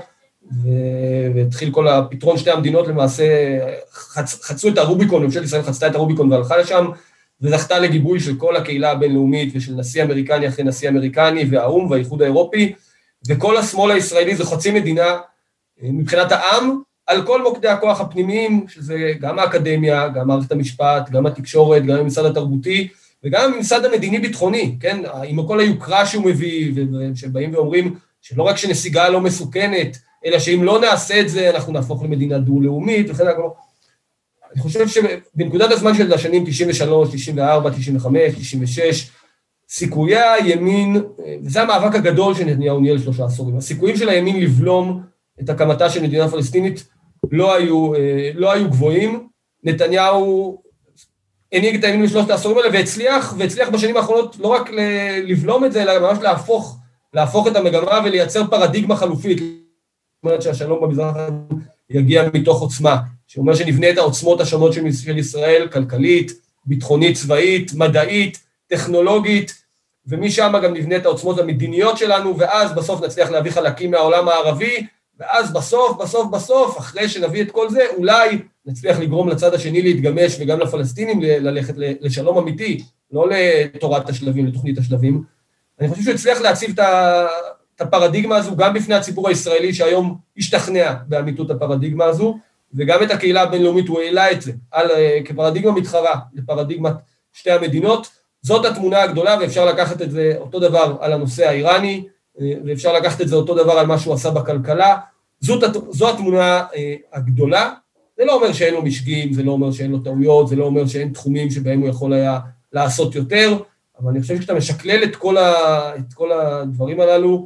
והתחיל כל הפתרון שתי המדינות למעשה, חצ, חצו את הרוביקון, ממשלת ישראל חצתה את הרוביקון והלכה לשם, וזכתה לגיבוי של כל הקהילה הבינלאומית, ושל נשיא אמריקני אחרי נשיא אמריקני, והאום והאיחוד האירופי, וכל השמאל הישראלי זה חצי מדינה, מבחינת העם, על כל מוקדי הכוח הפנימיים, שזה גם האקדמיה, גם מערכת המשפט, גם התקשורת, גם המשרד התרבותי, וגם המשרד המדיני-ביטחוני, כן, עם כל היוקרה שהוא מביא, שבאים ואומרים שלא רק שנסיגה לא מסוכנת, אלא שאם לא נעשה את זה, אנחנו נהפוך למדינה דו-לאומית, וכן הלאה. אני חושב שבנקודת הזמן של השנים תשעים ושלוש, תשעים וארבע, תשעים וחמש, תשעים ושש, סיכויי הימין, וזה המאבק הגדול שנתניהו ניהל שלושה עשורים, הסיכויים של הימין לבלום את הקמתה של מדינה פלסטינית לא היו, לא היו גבוהים. נתניהו הנהיג את הימין בשלושת העשורים האלה, והצליח, והצליח בשנים האחרונות לא רק לבלום את זה, אלא ממש להפוך, להפוך את המגמה ולייצר פרדיגמה חלופית. זאת אומרת שהשלום במזרח יגיע מתוך עוצמה, שאומר שנבנה את העוצמות השונות של ישראל, כלכלית, ביטחונית, צבאית, מדעית, טכנולוגית, ומשם גם נבנה את העוצמות המדיניות שלנו, ואז בסוף נצליח להביא חלקים מהעולם הערבי, ואז בסוף, בסוף, בסוף, אחרי שנביא את כל זה, אולי נצליח לגרום לצד השני להתגמש, וגם לפלסטינים ללכת לשלום אמיתי, לא לתורת השלבים, לתוכנית השלבים. אני חושב שהוא הצליח להציב את הפרדיגמה הזו, גם בפני הציבור הישראלי, שהיום השתכנע באמיתות הפרדיגמה הזו, וגם את הקהילה הבינלאומית הוא העלה את זה, על, כפרדיגמה מתחרה, לפרדיגמת שתי המדינות. זאת התמונה הגדולה, ואפשר לקחת את זה אותו דבר על הנושא האיראני, ואפשר לקחת את זה אותו דבר על מה שהוא עשה בכלכלה. זאת, זו התמונה הגדולה. זה לא אומר שאין לו משגים, זה לא אומר שאין לו טעויות, זה לא אומר שאין תחומים שבהם הוא יכול היה לעשות יותר, אבל אני חושב שאתה משקלל את כל, ה, את כל הדברים הללו,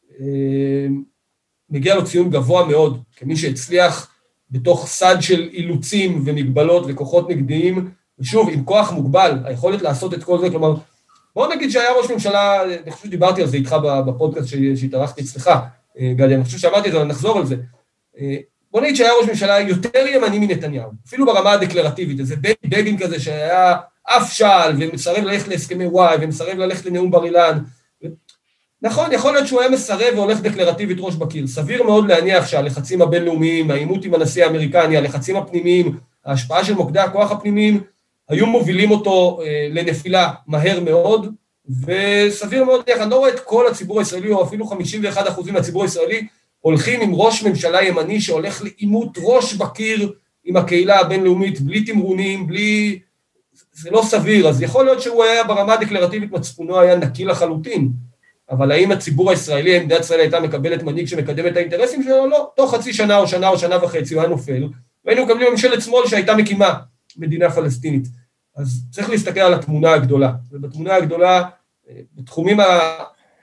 מגיע לו ציון גבוה מאוד, כמי שהצליח בתוך סד של אילוצים ומגבלות וכוחות נגדיים, ושוב, עם כוח מוגבל, היכולת לעשות את כל זה, כלומר, בוא נגיד שהיה ראש ממשלה, אני חושב שדיברתי על זה איתך בפודקאסט שהתארחתי אצלך, גדי, אני חושב שאמרתי את זה, אבל נחזור על זה. בוא נגיד שהיה ראש ממשלה יותר ימני מנתניהו, אפילו ברמה הדקלרטיבית, איזה בגין כזה שהיה אף שעל, ומסרב ללכת להסכמי וואי, ומסרב ללכת לנאום בר אילן. נכון, יכול להיות שהוא היה מסרב והולך דקלרטיבית ראש בקיר. סביר מאוד להניח שהלחצים הבינלאומיים, העימות עם הנשיא האמריקני, הלחצים הפנימיים, ההשפעה של מוקדי הכוח הפנימיים, היו מובילים אותו אה, לנפילה מהר מאוד, וסביר מאוד, אני לא רואה את כל הציבור הישראלי, או אפילו חמישים ואחד אחוז מהציבור הישראלי, הולכים עם ראש ממשלה ימני, שהולך לעימות ראש בקיר עם הקהילה הבינלאומית, בלי תמרונים, בלי... זה לא סביר, אז יכול להיות שהוא היה ברמה הדקלרטיבית, מצפונו היה נקי לחלוטין, אבל האם הציבור הישראלי, אם מדינת ישראל הייתה מקבלת מנהיג שמקדם את האינטרסים שלו, לא, תוך חצי שנה או שנה או שנה וחצי הוא היה נופל, והיינו מקבלים ממשלת שמאל שהייתה מקימה מדינה פלסטינית. אז צריך להסתכל על התמונה הגדולה, ובתמונה הגדולה, בתחומים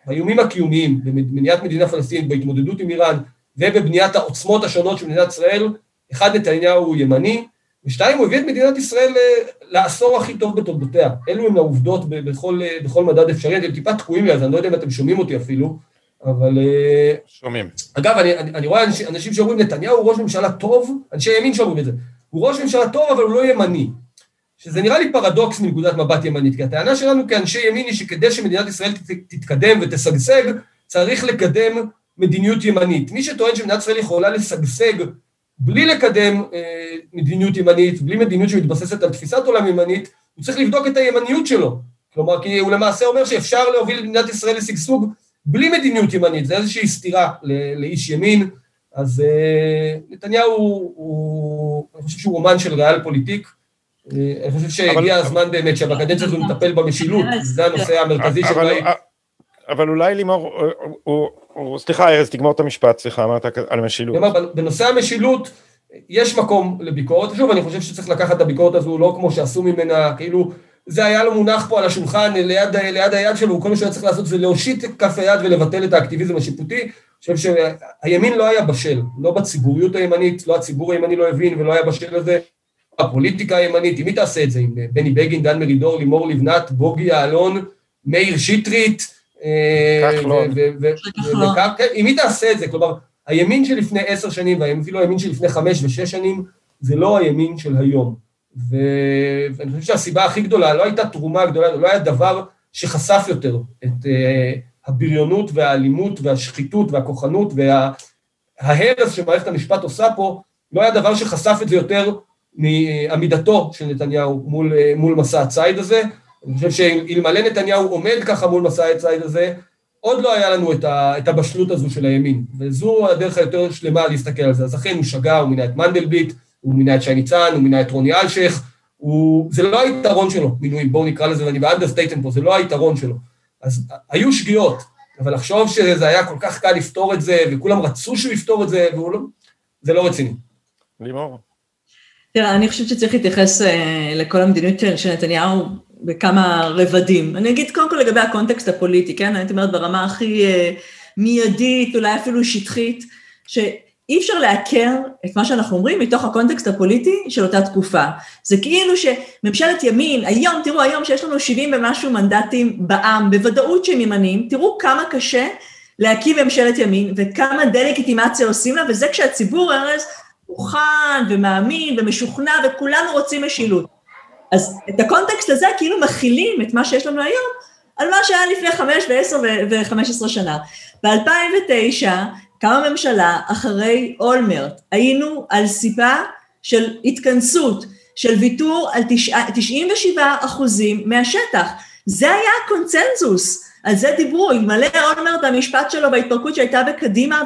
באיומים הקיומיים, במניעת מדינה פלסטינית, בהתמודדות עם איראן, ובבניית העוצמות השונות של מדינת ישראל, אחד, נתניהו הוא ימני, ושתיים, הוא הביא את מדינת ישראל לעשור הכי טוב בתולדותיה. אלו הם העובדות בכל, בכל מדד אפשרי, אתם טיפה תקועים לי, אז אני לא יודע אם אתם שומעים אותי אפילו, אבל... שומעים. אגב, אני, אני, אני רואה אנשים, אנשים שאומרים, נתניהו הוא ראש ממשלה טוב, אנשי ימין שאומרים את זה, הוא ראש ממשלה טוב, אבל הוא לא ימני. שזה נראה לי פרדוקס מנקודת מבט ימנית, כי הטענה שלנו כאנשי ימין היא שכדי שמדינת ישראל תתקדם ותשגשג, צריך לקדם מדיניות ימנית. מי שטוען שמדינת ישראל יכולה לשגשג בלי לקדם אה, מדיניות ימנית, בלי מדיניות שמתבססת על תפיסת עולם ימנית, הוא צריך לבדוק את הימניות שלו. כלומר, כי הוא למעשה אומר שאפשר להוביל מדינת ישראל לשגשוג בלי מדיניות ימנית, זה איזושהי סתירה לאיש ימין, אז אה, נתניהו הוא, הוא, אני חושב שהוא רומן של ריאל פוליטיק, אני חושב שהגיע הזמן באמת שבקדנציה הזו נטפל במשילות, זה הנושא המרכזי שאולי... אבל אולי לימור, סליחה ארז, תגמור את המשפט, סליחה, אמרת על המשילות. בנושא המשילות יש מקום לביקורת, שוב, אני חושב שצריך לקחת את הביקורת הזו, לא כמו שעשו ממנה, כאילו, זה היה לו מונח פה על השולחן, ליד, ליד היד שלו, כל מה שהיה צריך לעשות זה להושיט את כף היד ולבטל את האקטיביזם השיפוטי, אני חושב שהימין לא היה בשל, לא בציבוריות הימנית, לא הציבור הימני לא הבין ולא היה בשל לזה, הפוליטיקה הימנית, אם היא תעשה את זה, עם בני בגין, דן מרידור, לימור לבנת, בוגי יעלון, מאיר שטרית, כחלון. אם היא תעשה את זה, כלומר, הימין שלפני עשר שנים, ואפילו הימין שלפני חמש ושש שנים, זה לא הימין של היום. ואני חושב שהסיבה הכי גדולה, לא הייתה תרומה גדולה, לא היה דבר שחשף יותר את הבריונות והאלימות והשחיתות והכוחנות וההרס שמערכת המשפט עושה פה, לא היה דבר שחשף את זה יותר מעמידתו של נתניהו מול, מול מסע הציד הזה. אני חושב שאלמלא נתניהו עומד ככה מול מסע הציד הזה, עוד לא היה לנו את, ה, את הבשלות הזו של הימין, וזו הדרך היותר שלמה להסתכל על זה. אז אכן הוא שגה, הוא מינה את מנדלבליט, הוא מינה את שי ניצן, הוא מינה את רוני אלשיך, הוא, זה לא היתרון שלו, מינויים, בואו נקרא לזה, ואני באנדרסטייטמנט פה, זה לא היתרון שלו. אז היו שגיאות, אבל לחשוב שזה היה כל כך קל לפתור את זה, וכולם רצו שהוא יפתור את זה, והוא לא, זה לא רציני. לימור. תראה, אני חושבת שצריך להתייחס לכל המדיניות של נתניהו בכמה רבדים. אני אגיד קודם כל לגבי הקונטקסט הפוליטי, כן? אני אומרת ברמה הכי מיידית, אולי אפילו שטחית, שאי אפשר להכר את מה שאנחנו אומרים מתוך הקונטקסט הפוליטי של אותה תקופה. זה כאילו שממשלת ימין, היום, תראו, היום שיש לנו שבעים ומשהו מנדטים בעם, בוודאות שהם ימנים, תראו כמה קשה להקים ממשלת ימין, וכמה דלגיטימציה עושים לה, וזה כשהציבור ארז מוכן ומאמין ומשוכנע, וכולנו רוצים משילות. אז את הקונטקסט הזה כאילו מכילים את מה שיש לנו היום, על מה שהיה לפני חמש ועשר וחמש עשרה שנה. ב-אלפיים ותשע, קמה ממשלה אחרי אולמרט, היינו על סיפה של התכנסות, של ויתור על תשעים ושבעה אחוזים מהשטח. זה היה הקונצנזוס, על זה דיברו, אלמלא אולמרט והמשפט שלו וההתפרקות שהייתה בקדימה,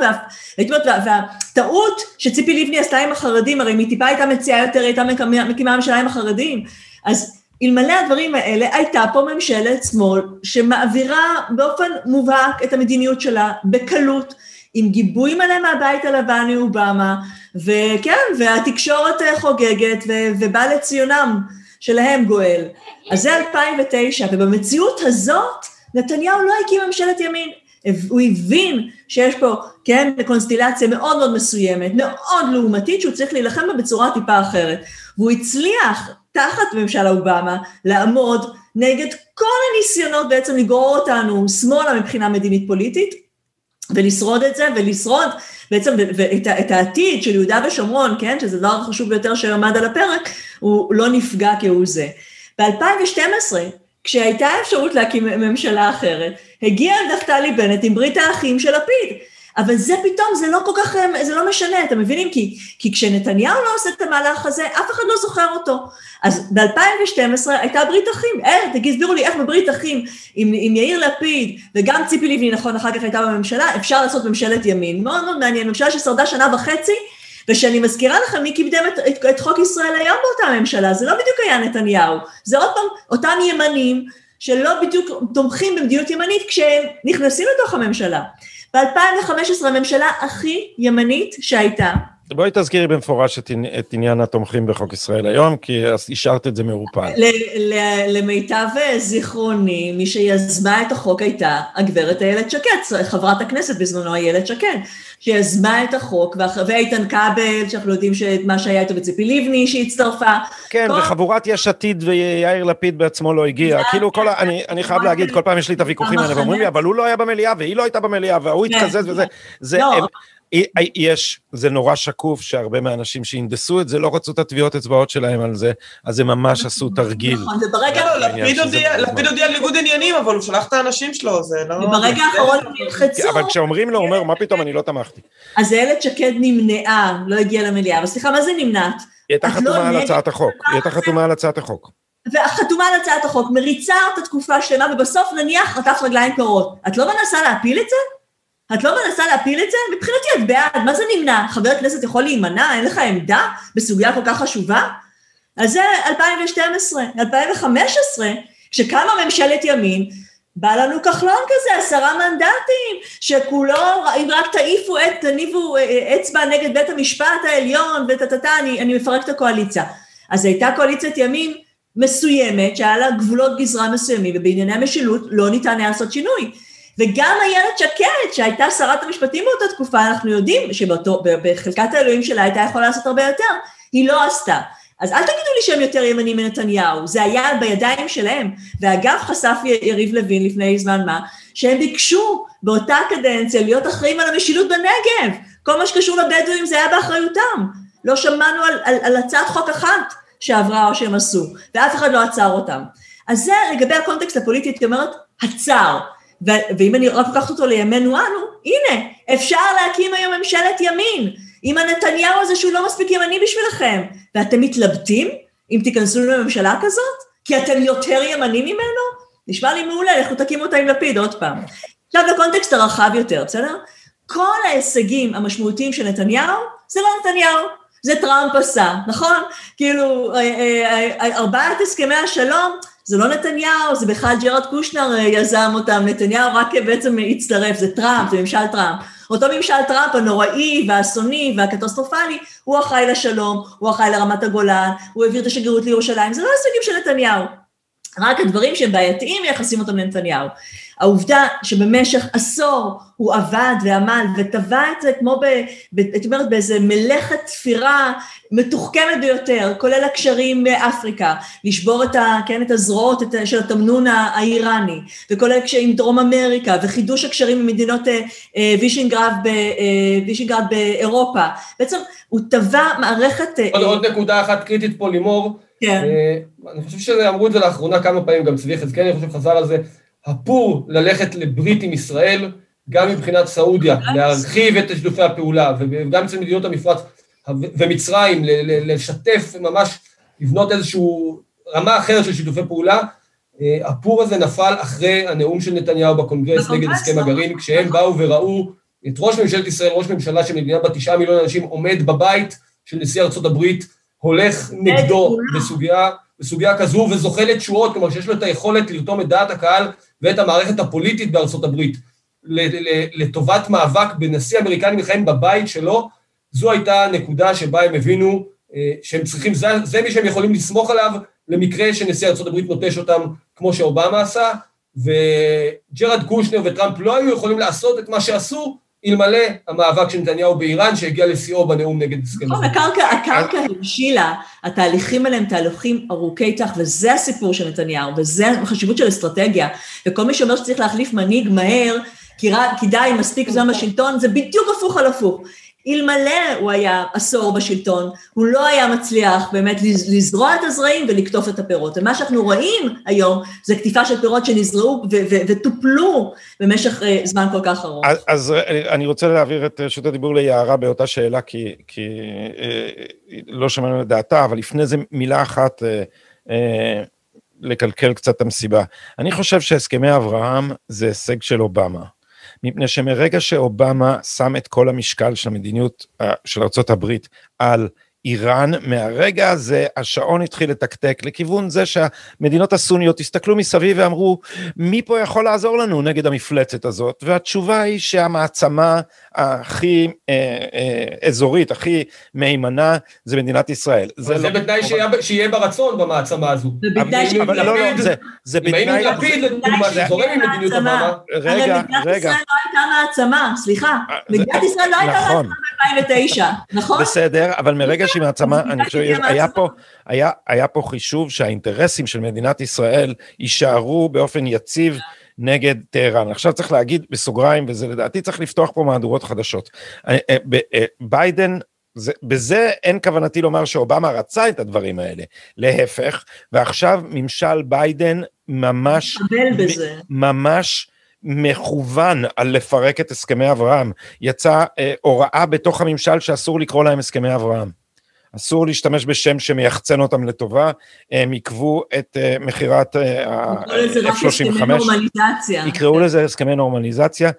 והטעות שציפי לבני עשתה עם החרדים, הרי מטיפה הייתה מציעה יותר, הייתה מקימה ממשלה עם החרדים, אז אלמלא הדברים האלה, הייתה פה ממשלת שמאל, שמעבירה באופן מובהק את המדיניות שלה, בקלות, עם גיבוי מלא מהבית הלבן מאובמה, וכן, והתקשורת חוגגת, ובא לציונם שלהם גואל. אז זה אלפיים ותשע, ובמציאות הזאת, נתניהו לא הקים ממשלת ימין, הוא הבין שיש פה, כן, קונסטילציה מאוד מאוד מסוימת, מאוד לעומתית, שהוא צריך להילחם בה בצורה טיפה אחרת, והוא הצליח תחת ממשל אובמה לעמוד נגד כל הניסיונות בעצם לגרור אותנו שמאלה מבחינה מדינית פוליטית, ולשרוד את זה, ולשרוד בעצם את, את העתיד של יהודה ושומרון, כן, שזה דבר החשוב ביותר שעמד על הפרק, הוא לא נפגע כהוא זה. ב-אלפיים ושתים עשרה, כשהייתה אפשרות להקים ממשלה אחרת, הגיע נפתלי בנט עם ברית האחים של לפיד, אבל זה פתאום, זה לא כל כך, זה לא משנה, אתם מבינים? כי, כי כשנתניהו לא עושה את המהלך הזה, אף אחד לא זוכר אותו. אז ב-אלפיים ושתים עשרה הייתה ברית אחים, אה, תסבירו לי איך בברית אחים, עם, עם יאיר לפיד, וגם ציפי לבני, נכון, אחר כך הייתה בממשלה, אפשר לעשות ממשלת ימין, מאוד מאוד מעניין, ממשלה ששרדה שנה וחצי, ושאני מזכירה לכם מי קידם את, את, את חוק ישראל היום באותה ממשלה, זה לא בדיוק היה נתניהו, זה עוד פעם אותם ימנים, שלא בדיוק תומכים במדיניות ימנית, כשהם נכנסים לתוך הממשלה. ב-אלפיים וחמש עשרה הממשלה הכי ימנית שהייתה, בואי תזכירי במפורש את, את עניין התומכים בחוק ישראל היום, כי השארת את זה מעורפל. למיטב זיכרוני, מי שיזמה את החוק הייתה הגברת איילת שקד, חברת הכנסת בזמנו איילת שקד, שיזמה את החוק, ואיתן כבל, שאנחנו יודעים שמה שהיה איתו וציפי לבני שהצטרפה. כן, כל... וחבורת יש עתיד ויאיר לפיד בעצמו לא הגיע, כאילו כל, אני, אני חייב להגיד, כל פעם יש לי את הוויכוחים האלה, ואומרים לי, אבל הוא לא היה במליאה, והיא לא הייתה במליאה, והוא התקזז וזה, זה... יש, זה נורא שקוף שהרבה מהאנשים שהנדסו את זה לא רצו את התביעות אצבעות שלהם על זה, אז הם ממש עשו תרגיל. נכון, וברגע, לפיד הודיע על ניגוד עניינים, אבל הוא שלח את האנשים שלו, זה לא... וברגע האחרון הם נלחצו. אבל כשאומרים לו, הוא אומר, מה פתאום, אני לא תמכתי. אז איילת שקד נמנעה, לא הגיעה למליאה, אבל סליחה, מה זה נמנעת? היא הייתה חתומה על הצעת החוק, היא הייתה חתומה על הצעת החוק. והחתומה על הצעת החוק מריצה את התקופה שלמה, ובסוף נניח רטף רגליים קרות. את לא מנסה להפיל את זה? את לא מנסה להפיל את זה? מבחינתי את בעד, מה זה נמנע? חבר הכנסת יכול להימנע, אין לך עמדה בסוגיה כל כך חשובה? אז זה אלפיים ושתים עשרה, אלפיים וחמש עשרה, כשקמה ממשלת ימין, בא לנו כחלון כזה, עשרה מנדטים, שכולו, אם רק תעיפו, תניבו אצבע נגד בית המשפט העליון, ותתתה, אני, אני מפרק את הקואליציה. אז הייתה קואליציית ימין מסוימת, שהיה לה גבולות גזרה מסוימים, ובענייני המשילות לא ניתן היה לעשות שינוי. וגם איילת שקד, שהייתה שרת המשפטים באותה תקופה, אנחנו יודעים שבחלקת האלוהים שלה הייתה יכולה לעשות הרבה יותר, היא לא עשתה. אז אל תגידו לי שהם יותר ימנים מנתניהו, זה היה בידיים שלהם, ואגב חשף יריב לוין לפני זמן מה, שהם ביקשו באותה קדנציה להיות אחראים על המשילות בנגב, כל מה שקשור לבדואים זה היה באחריותם, לא שמענו על, על, על הצעת חוק אחת שעברה או שהם עשו, ואף אחד לא עצר אותם. אז זה לגבי הקונטקסט הפוליטי, כי אומרת, עצר, ואם אני רק לקחת אותו לימינו אנו, הנה, אפשר להקים היום ממשלת ימין, עם הנתניהו הזה שהוא לא מספיק ימני בשבילכם, ואתם מתלבטים אם תיכנסו לממשלה כזאת, כי אתם יותר ימנים ממנו? נשמע לי מעולה, לכו תקימו אותה עם לפיד עוד פעם. עכשיו לקונטקסט הרחב יותר, בסדר? כל ההישגים המשמעותיים של נתניהו, זה לא נתניהו, זה טראמפ עשה, נכון? כאילו, ארבעת הסכמי השלום, זה לא נתניהו, זה בכלל ג'רד קושנר יזם אותם, נתניהו רק בעצם הצטרף, זה טראמפ, זה ממשל טראמפ. אותו ממשל טראמפ הנוראי והאסוני והקטסטרופלי, הוא אחראי לשלום, הוא אחראי לרמת הגולן, הוא העביר את השגרירות לירושלים, זה לא הישגים של נתניהו. רק הדברים שהם בעייתיים יחסים אותם לנתניהו. העובדה שבמשך עשור הוא עבד ועמל וטבע את זה כמו, הייתי אומרת, באיזה מלאכת תפירה מתוחכמת ביותר, כולל הקשרים מאפריקה, לשבור את, ה, כן, את הזרועות את, של התמנון האיראני, וכולל עם דרום אמריקה, וחידוש הקשרים ממדינות אה, וישינגרד, ב, אה, וישינגרד באירופה. בעצם הוא טבע מערכת... אה, עוד, עוד נקודה אחת קריטית פה, לימור. כן. אה, אני חושב שאמרו את זה לאחרונה כמה פעמים, גם צבי חזקאל, אני חושב חזר על זה, הפור ללכת לברית עם ישראל, גם מבחינת סעודיה, להרחיב את שיתופי הפעולה, וגם אצל מדינות המפרץ ומצרים, לשתף ממש, לבנות איזשהו רמה אחרת של שיתופי פעולה. הפור הזה נפל אחרי הנאום של נתניהו בקונגרס נגד הסכם הגרעין, כשהם באו וראו את ראש ממשלת ישראל, ראש ממשלה של מדינה בת תשעה מיליון אנשים, עומד בבית של נשיא ארצות הברית, הולך נגדו בסוגיה, בסוגיה כזו, וזוכה לתשואות, כלומר שיש לו את היכולת לרתום את דעת הקהל, ואת המערכת הפוליטית בארצות הברית, לטובת מאבק בנשיא אמריקני מכהן בבית שלו. זו הייתה נקודה שבה הם הבינו שהם צריכים, זה, זה מי שהם יכולים לסמוך עליו, למקרה שנשיא ארצות הברית נוטש אותם, כמו שאובמה עשה, וג'רד קושנר וטראמפ לא היו יכולים לעשות את מה שעשו, אלמלא המאבק של נתניהו באיראן, שהגיע לשיאו בנאום נגד הסכם. נכון, הקרקע, הקרקע המשילה, התהליכים עליהם תהליכים ארוכי טווח, וזה הסיפור של נתניהו, וזה החשיבות של אסטרטגיה, וכל מי שאומר שצריך להחליף מנהיג מהר, כי כדאי, מספיק זמן בשלטון, זה בדיוק הפוך על הפוך. אלמלא הוא היה עשור בשלטון, הוא לא היה מצליח באמת לזרוע את הזרעים ולקטוף את הפירות. ומה שאנחנו רואים היום, זה כתיפה של פירות שנזרעו וטופלו במשך זמן כל כך ארוך. אז, אז אני רוצה להעביר את רשות הדיבור ליערה באותה שאלה, כי, כי לא שמענו את דעתה, אבל לפני זה מילה אחת לקלקל קצת את המסיבה. אני חושב שהסכמי אברהם זה הישג של אובמה. מפני שמרגע שאובמה שם את כל המשקל של המדיניות של ארצות הברית על איראן, מהרגע הזה השעון התחיל לתקתק לכיוון זה שהמדינות הסוניות הסתכלו מסביב ואמרו, מי פה יכול לעזור לנו נגד המפלצת הזאת? והתשובה היא שהמעצמה הכי אה, אה, אזורית, הכי מהימנה, זה מדינת ישראל. זה, זה לא בתנאי שיהיה, שיהיה ברצון במעצמה הזו. אבל לא, לא, זה, זה בתנאי... אם היינו לפיד, לדוגמה, שזורם עם מדיניות אובמה. רגע, הרי מדינת רגע. ישראל לא הייתה מעצמה, סליחה. מדינת ישראל לא הייתה מעצמה ב-אלפיים ותשע, נכון? בסדר, אבל מרגע שהיא מעצמה, אני חושב, היה פה, היה, היה פה חישוב שהאינטרסים של מדינת ישראל יישארו באופן יציב נגד טהרן. עכשיו צריך להגיד בסוגריים, וזה לדעתי צריך לפתוח פה מהדורות חדשות. ביידן, זה, בזה אין כוונתי לומר שאובמה רצה את הדברים האלה, להפך, ועכשיו ממשל ביידן ממש, ממש מכוון על לפרק את הסכמי אברהם. יצא אה, הוראה בתוך הממשל שאסור לקרוא להם הסכמי אברהם. אסור להשתמש בשם שמייחצן אותם לטובה, הם יקבו את uh, מחירת ה-אף שלושים וחמש, יקראו לזה הסכמי נורמליזציה,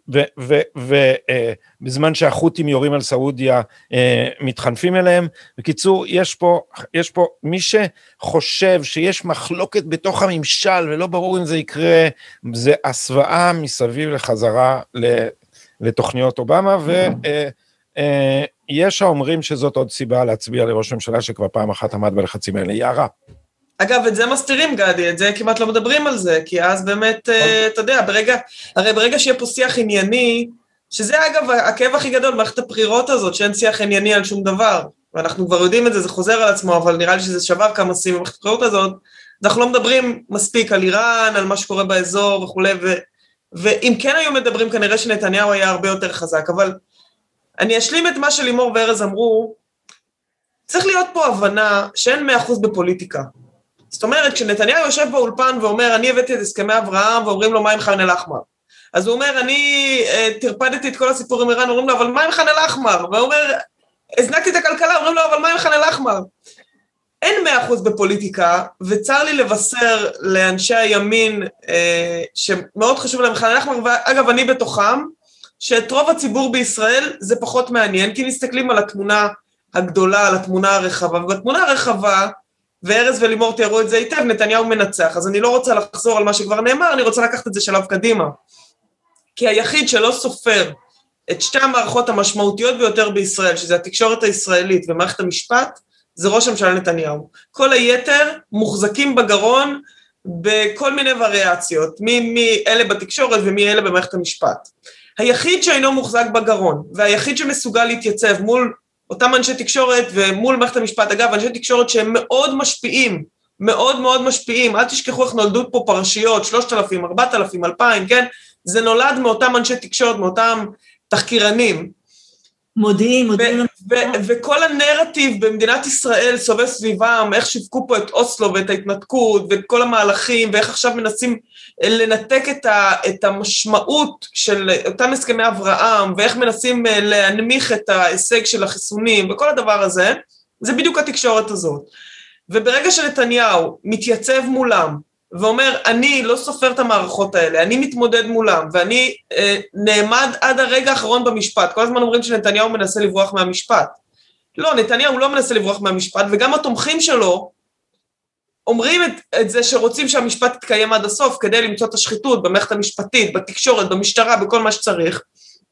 ובזמן שהחות'ים יורים על סעודיה, uh, מתחנפים אליהם. בקיצור, יש פה, יש פה מי שחושב שיש מחלוקת בתוך הממשל, ולא ברור אם זה יקרה, זה הסוואה מסביב לחזרה לתוכניות אובמה, ו... uh, uh, יש האומרים שזאת עוד סיבה להצביע לראש הממשלה שכבר פעם אחת עמד בלחצים האלה, יערה. אגב, את זה מסתירים, גדי, את זה כמעט לא מדברים על זה, כי אז באמת, אתה יודע, ברגע, הרי ברגע שיהיה פה שיח ענייני, שזה אגב הכאב הכי גדול, מערכת הבחירות הזאת, שאין שיח ענייני על שום דבר, ואנחנו כבר יודעים את זה, זה חוזר על עצמו, אבל נראה לי שזה שבר כמה סיבים במערכת הבחירות הזאת, אנחנו לא מדברים מספיק על איראן, על מה שקורה באזור וכו', ו, ואם כן היו מדברים, כנראה שנתניהו היה הרבה יותר חזק, אבל אני אשלים את מה שלימור וארז אמרו, צריך להיות פה הבנה שאין מאה אחוז בפוליטיקה. זאת אומרת, כשנתניהו יושב באולפן ואומר, אני הבאתי את הסכמי אברהם, ואומרים לו, מה עם ח'אן אל-אחמר? אז הוא אומר, אני אה, תרפדתי את כל הסיפור עם איראן, אומרים לו, אבל מה עם ח'אן אל-אחמר? והוא אומר, הזנקתי את הכלכלה, אומרים לו, אבל מה עם ח'אן אל-אחמר? אין מאה אחוז בפוליטיקה, וצר לי לבשר לאנשי הימין, אה, שמאוד חשוב להם ח'אן אל-אחמר, ואגב, אני בתוכם, שאת רוב הציבור בישראל זה פחות מעניין, כי נסתכלים על התמונה הגדולה, על התמונה הרחבה, ובתמונה הרחבה, וארז ולימור תיארו את זה היטב, נתניהו מנצח, אז אני לא רוצה לחזור על מה שכבר נאמר, אני רוצה לקחת את זה שלב קדימה, כי היחיד שלא סופר את שתי המערכות המשמעותיות ביותר בישראל, שזה התקשורת הישראלית ומערכת המשפט, זה ראש הממשלה נתניהו. כל היתר מוחזקים בגרון, בכל מיני וריאציות, מאלה בתקשורת ומאלה במערכת המשפט. היחיד שאינו מוחזק בגרון, והיחיד שמסוגל להתייצב מול אותם אנשי תקשורת ומול מערכת המשפט, אגב, אנשי תקשורת שהם מאוד משפיעים, מאוד מאוד משפיעים, אל תשכחו איך נולדו פה פרשיות, שלושת אלפים, ארבעת אלפים, אלפיים, כן? זה נולד מאותם אנשי תקשורת, מאותם תחקירנים. מודיעים, מודיעים. וכל הנרטיב במדינת ישראל סובב סביבם, איך שיווקו פה את אוסלו ואת ההתנתקות, ואת כל המהלכים, ואיך עכשיו מנסים לנתק את, ה, את המשמעות של אותם הסכמי אברהם, ואיך מנסים להנמיך את ההישג של החיסונים, וכל הדבר הזה, זה בדיוק התקשורת הזאת. וברגע שנתניהו מתייצב מולם, ואומר, אני לא סופר את המערכות האלה, אני מתמודד מולם, ואני אה, נעמד עד הרגע האחרון במשפט, כל הזמן אומרים שנתניהו מנסה לברוח מהמשפט. לא, נתניהו לא מנסה לברוח מהמשפט, וגם התומכים שלו, אומרים את, את זה שרוצים שהמשפט יתקיים עד הסוף, כדי למצוא את השחיתות במערכת המשפטית, בתקשורת, במשטרה, בכל מה שצריך.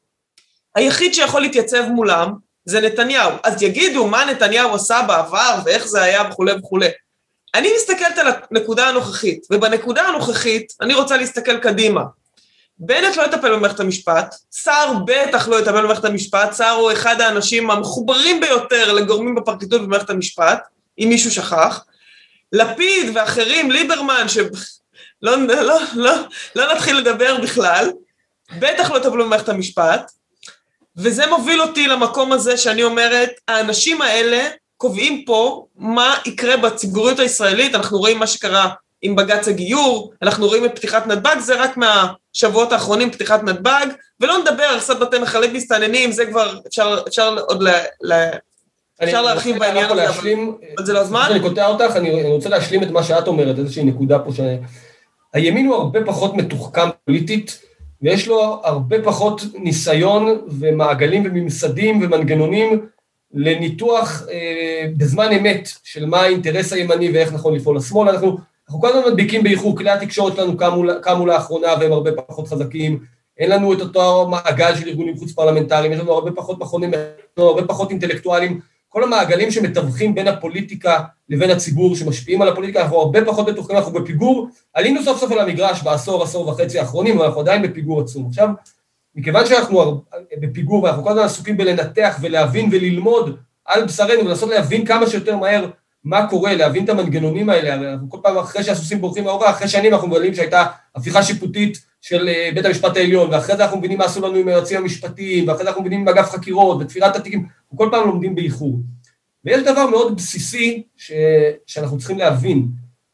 היחיד שיכול להתייצב מולם, זה נתניהו. אז יגידו מה נתניהו עשה בעבר, ואיך זה היה וכו' וכו'. אני מסתכלת על הנקודה הנוכחית, ובנקודה הנוכחית אני רוצה להסתכל קדימה. בנט לא יטפל במערכת המשפט, שר בטח לא יטפל במערכת המשפט, שר הוא אחד האנשים המחוברים ביותר לגורמים בפרקליטות במערכת המשפט, אם מישהו שכח, לפיד ואחרים, ליברמן, שלא לא, לא, לא, לא נתחיל לדבר בכלל, בטח לא יטפלו במערכת המשפט, וזה מוביל אותי למקום הזה שאני אומרת, האנשים האלה, קובעים פה מה יקרה בציבוריות הישראלית, אנחנו רואים מה שקרה עם בג"ץ הגיור, אנחנו רואים את פתיחת נתב"ג, זה רק מהשבועות האחרונים פתיחת נתב"ג, ולא נדבר על קצת בתי מחלק מסתננים, זה כבר אפשר, אפשר עוד ל... ל אפשר להרחיב בעניין הזה, אבל זה לא זמן. אני קוטע אותך, אני רוצה להשלים את מה שאת אומרת, איזושהי נקודה פה, שהימין הוא הרבה פחות מתוחכם פוליטית, ויש לו הרבה פחות ניסיון ומעגלים וממסדים ומנגנונים, לניתוח אה, בזמן אמת של מה האינטרס הימני ואיך נכון לפעול לשמאל. אנחנו, אנחנו כל הזמן מדביקים באיחור, כלי התקשורת לנו קמו, קמו לאחרונה והם הרבה פחות חזקים, אין לנו את אותו מעגל של ארגונים חוץ פרלמנטריים, יש לנו הרבה פחות מכונים, הרבה פחות אינטלקטואלים, כל המעגלים שמתווכים בין הפוליטיקה לבין הציבור, שמשפיעים על הפוליטיקה, אנחנו הרבה פחות בטוחים, אנחנו בפיגור, עלינו סוף סוף על המגרש בעשור, עשור וחצי האחרונים, אבל אנחנו עדיין בפיגור עצום. עכשיו, מכיוון שאנחנו בפיגור, ואנחנו כל הזמן עסוקים בלנתח ולהבין וללמוד על בשרנו, ולנסות להבין כמה שיותר מהר מה קורה, להבין את המנגנונים האלה, אנחנו כל פעם אחרי שהסוסים בורחים מהאורווה, אחרי שנים אנחנו מגלים שהייתה הפיכה שיפוטית של בית המשפט העליון, ואחרי זה אנחנו מבינים מה עשו לנו עם היועצים המשפטיים, ואחרי זה אנחנו מבינים עם אגף חקירות, ותפירת התיקים, אנחנו כל פעם לומדים באיחור. ויש דבר מאוד בסיסי ש... שאנחנו צריכים להבין.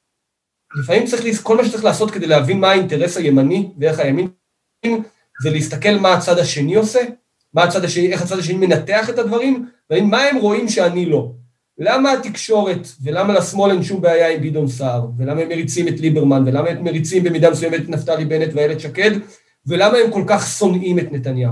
לפעמים צריך, כל מה שצריך לעשות כדי להבין מה האינטרס הימני, ואיך הימין, זה להסתכל מה הצד השני עושה, מה הצד השני, איך הצד השני מנתח את הדברים, ומה הם רואים שאני לא. למה התקשורת, ולמה לשמאל אין שום בעיה עם גדעון סער, ולמה הם מריצים את ליברמן, ולמה הם מריצים במידה מסוימת את נפתלי בנט ואיילת שקד, ולמה הם כל כך שונאים את נתניהו.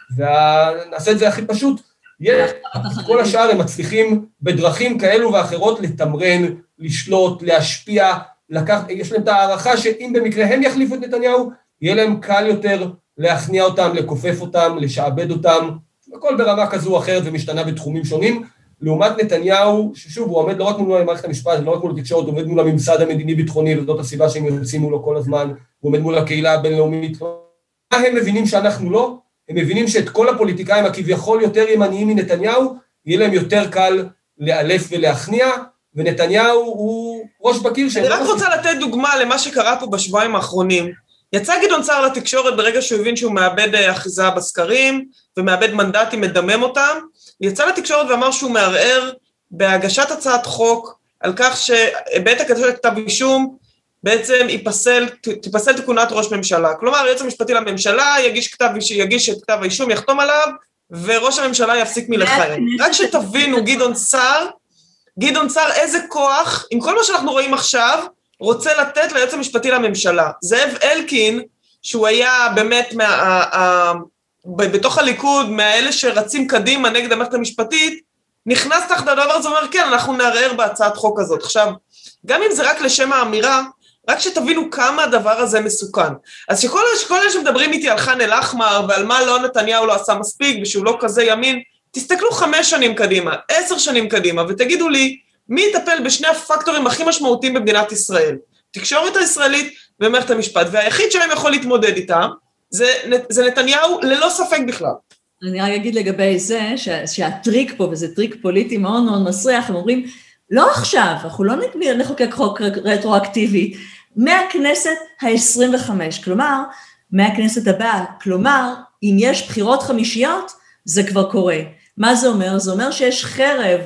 ונעשה את זה הכי פשוט, יש, כל השאר הם מצליחים בדרכים כאלו ואחרות לתמרן, לשלוט, להשפיע, לקח, יש להם את הערכה שאם במקרה הם יחליפו את נתניהו, יהיה להם קל יותר להכניע אותם, לקופף אותם, לשעבד אותם, הכל ברמה כזו או אחרת ומשתנה בתחומים שונים, לעומת נתניהו, ששוב, הוא עומד לא רק מול מערכת המשפט, לא רק מול התקשורת, הוא עומד מול הממסד המדיני-ביטחוני, וזאת הסיבה שהם יוצאים מולו כל הזמן, הוא עומד מול הקהילה הבינלאומית. מה הם מבינים שאנחנו לא? הם מבינים שאת כל הפוליטיקאים הכביכול יותר ימניים מנתניהו, יהיה להם יותר קל לאלף ולהכניע, ונתניהו הוא ראש בקיר שלנו. אני רק רוצה לתת דוגמה למה שקרה פה בשבועיים האחרונים. יצא גדעון סער לתקשורת ברגע שהוא הבין שהוא מאבד אחיזה בסקרים, ומאבד מנדטים, מדמם אותם, יצא לתקשורת ואמר שהוא מערער בהגשת הצעת חוק, על כך שבעת הגשת כתב אישום, בעצם ייפסל, תיפסל תיקונת ראש ממשלה. כלומר, היועץ המשפטי לממשלה יגיש, כתב, יגיש את כתב האישום, יחתום עליו, וראש הממשלה יפסיק מלכהן. רק שתבינו, גדעון סער, גדעון סער, איזה כוח, עם כל מה שאנחנו רואים עכשיו, רוצה לתת ליועץ המשפטי לממשלה. זאב אלקין, שהוא היה באמת מה, ה, ה, בתוך הליכוד, מהאלה שרצים קדימה נגד המערכת המשפטית, נכנס תחת הדבר הזה ואומר, כן, אנחנו נערער בהצעת חוק הזאת. עכשיו, גם אם זה רק לשם האמירה, רק שתבינו כמה הדבר הזה מסוכן. אז שכל, שכל אלה שמדברים איתי על חן אל-אחמר, ועל מה לא נתניהו לא עשה מספיק, ושהוא לא כזה ימין, תסתכלו חמש שנים קדימה, עשר שנים קדימה, ותגידו לי, מי יטפל בשני הפקטורים הכי משמעותיים במדינת ישראל? תקשורת הישראלית ומערכת המשפט, והיחיד שלהם יכול להתמודד איתם, זה, זה נתניהו ללא ספק בכלל. אני רק אגיד לגבי זה, שה, שהטריק פה, וזה טריק פוליטי מאוד מאוד מסריח, הם אומרים, לא עכשיו, אנחנו לא נחוקק חוק רטרואקטיבי, מהכנסת ה-עשרים וחמש, כלומר, מהכנסת הבאה, כלומר, אם יש בחירות חמישיות, זה כבר קורה. מה זה אומר? זה אומר שיש חרב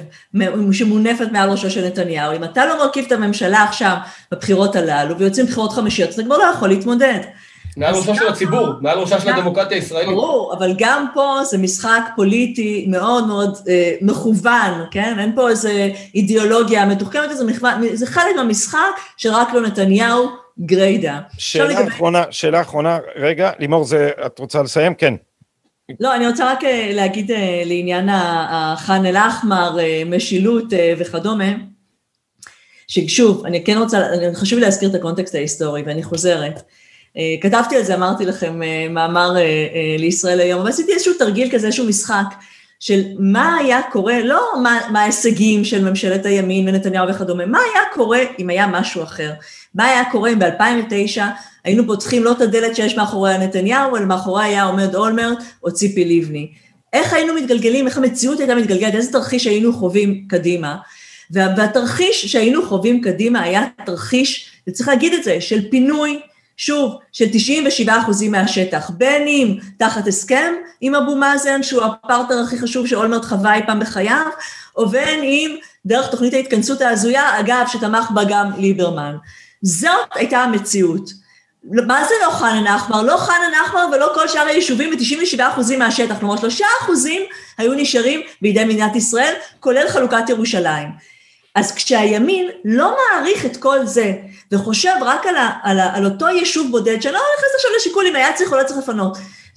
שמונפת מעל ראשו של נתניהו, אם אתה לא מרכיב את הממשלה עכשיו בבחירות הללו, ויוצאים בחירות חמישיות, אתה כבר לא יכול להתמודד. מעל ראשה של הציבור, מעל ראשה של הדמוקרטיה הישראלית. ברור, אבל גם פה זה משחק פוליטי מאוד מאוד אה, מכוון, כן? אין פה איזה אידיאולוגיה מתוחכמת, זה, זה חלק מהמשחק שרק לא נתניהו גריידה. שאלה לגבי... אחרונה, שאלה אחרונה, רגע, לימור, זה, את רוצה לסיים? כן. לא, אני רוצה רק להגיד לעניין הח'אן אל-אחמר, משילות וכדומה, ששוב, אני כן רוצה, חשוב לי להזכיר את הקונטקסט ההיסטורי, ואני חוזרת. כתבתי על זה, אמרתי לכם, מאמר לישראל היום, אבל עשיתי איזשהו תרגיל כזה, איזשהו משחק, של מה היה קורה, לא מה, מה ההישגים של ממשלת הימין ונתניהו וכדומה, מה היה קורה אם היה משהו אחר, מה היה קורה אם ב-אלפיים ותשע היינו פותחים לא את הדלת שיש מאחורי נתניהו, אלא מאחורי היה עומד אולמרט או ציפי לבני. איך היינו מתגלגלים, איך המציאות הייתה מתגלגלת, איזה תרחיש היינו חווים קדימה, והתרחיש שהיינו חווים קדימה היה תרחיש, וצריך להגיד את זה, של פינוי, שוב, של תשעים ושבעה אחוזים מהשטח, בין אם תחת הסכם עם אבו מאזן, שהוא הפרטנר הכי חשוב שאולמרט חווה אי פעם בחייו, או בין אם דרך תוכנית ההתכנסות ההזויה, אגב, שתמך בה גם ליברמן. זאת הייתה המציאות. מה זה לא ח'אן אל-אחמר? לא ח'אן אל-אחמר ולא כל שאר היישובים ב-תשעים ושבעה אחוזים מהשטח, כלומר שלושה אחוזים היו נשארים בידי מדינת ישראל, כולל חלוקת ירושלים. אז כשהימין לא מעריך את כל זה, וחושב רק על, ה, על, ה, על אותו יישוב בודד, שלא נכנס עכשיו לשיקול אם היה צריך או לא צריך לפנות,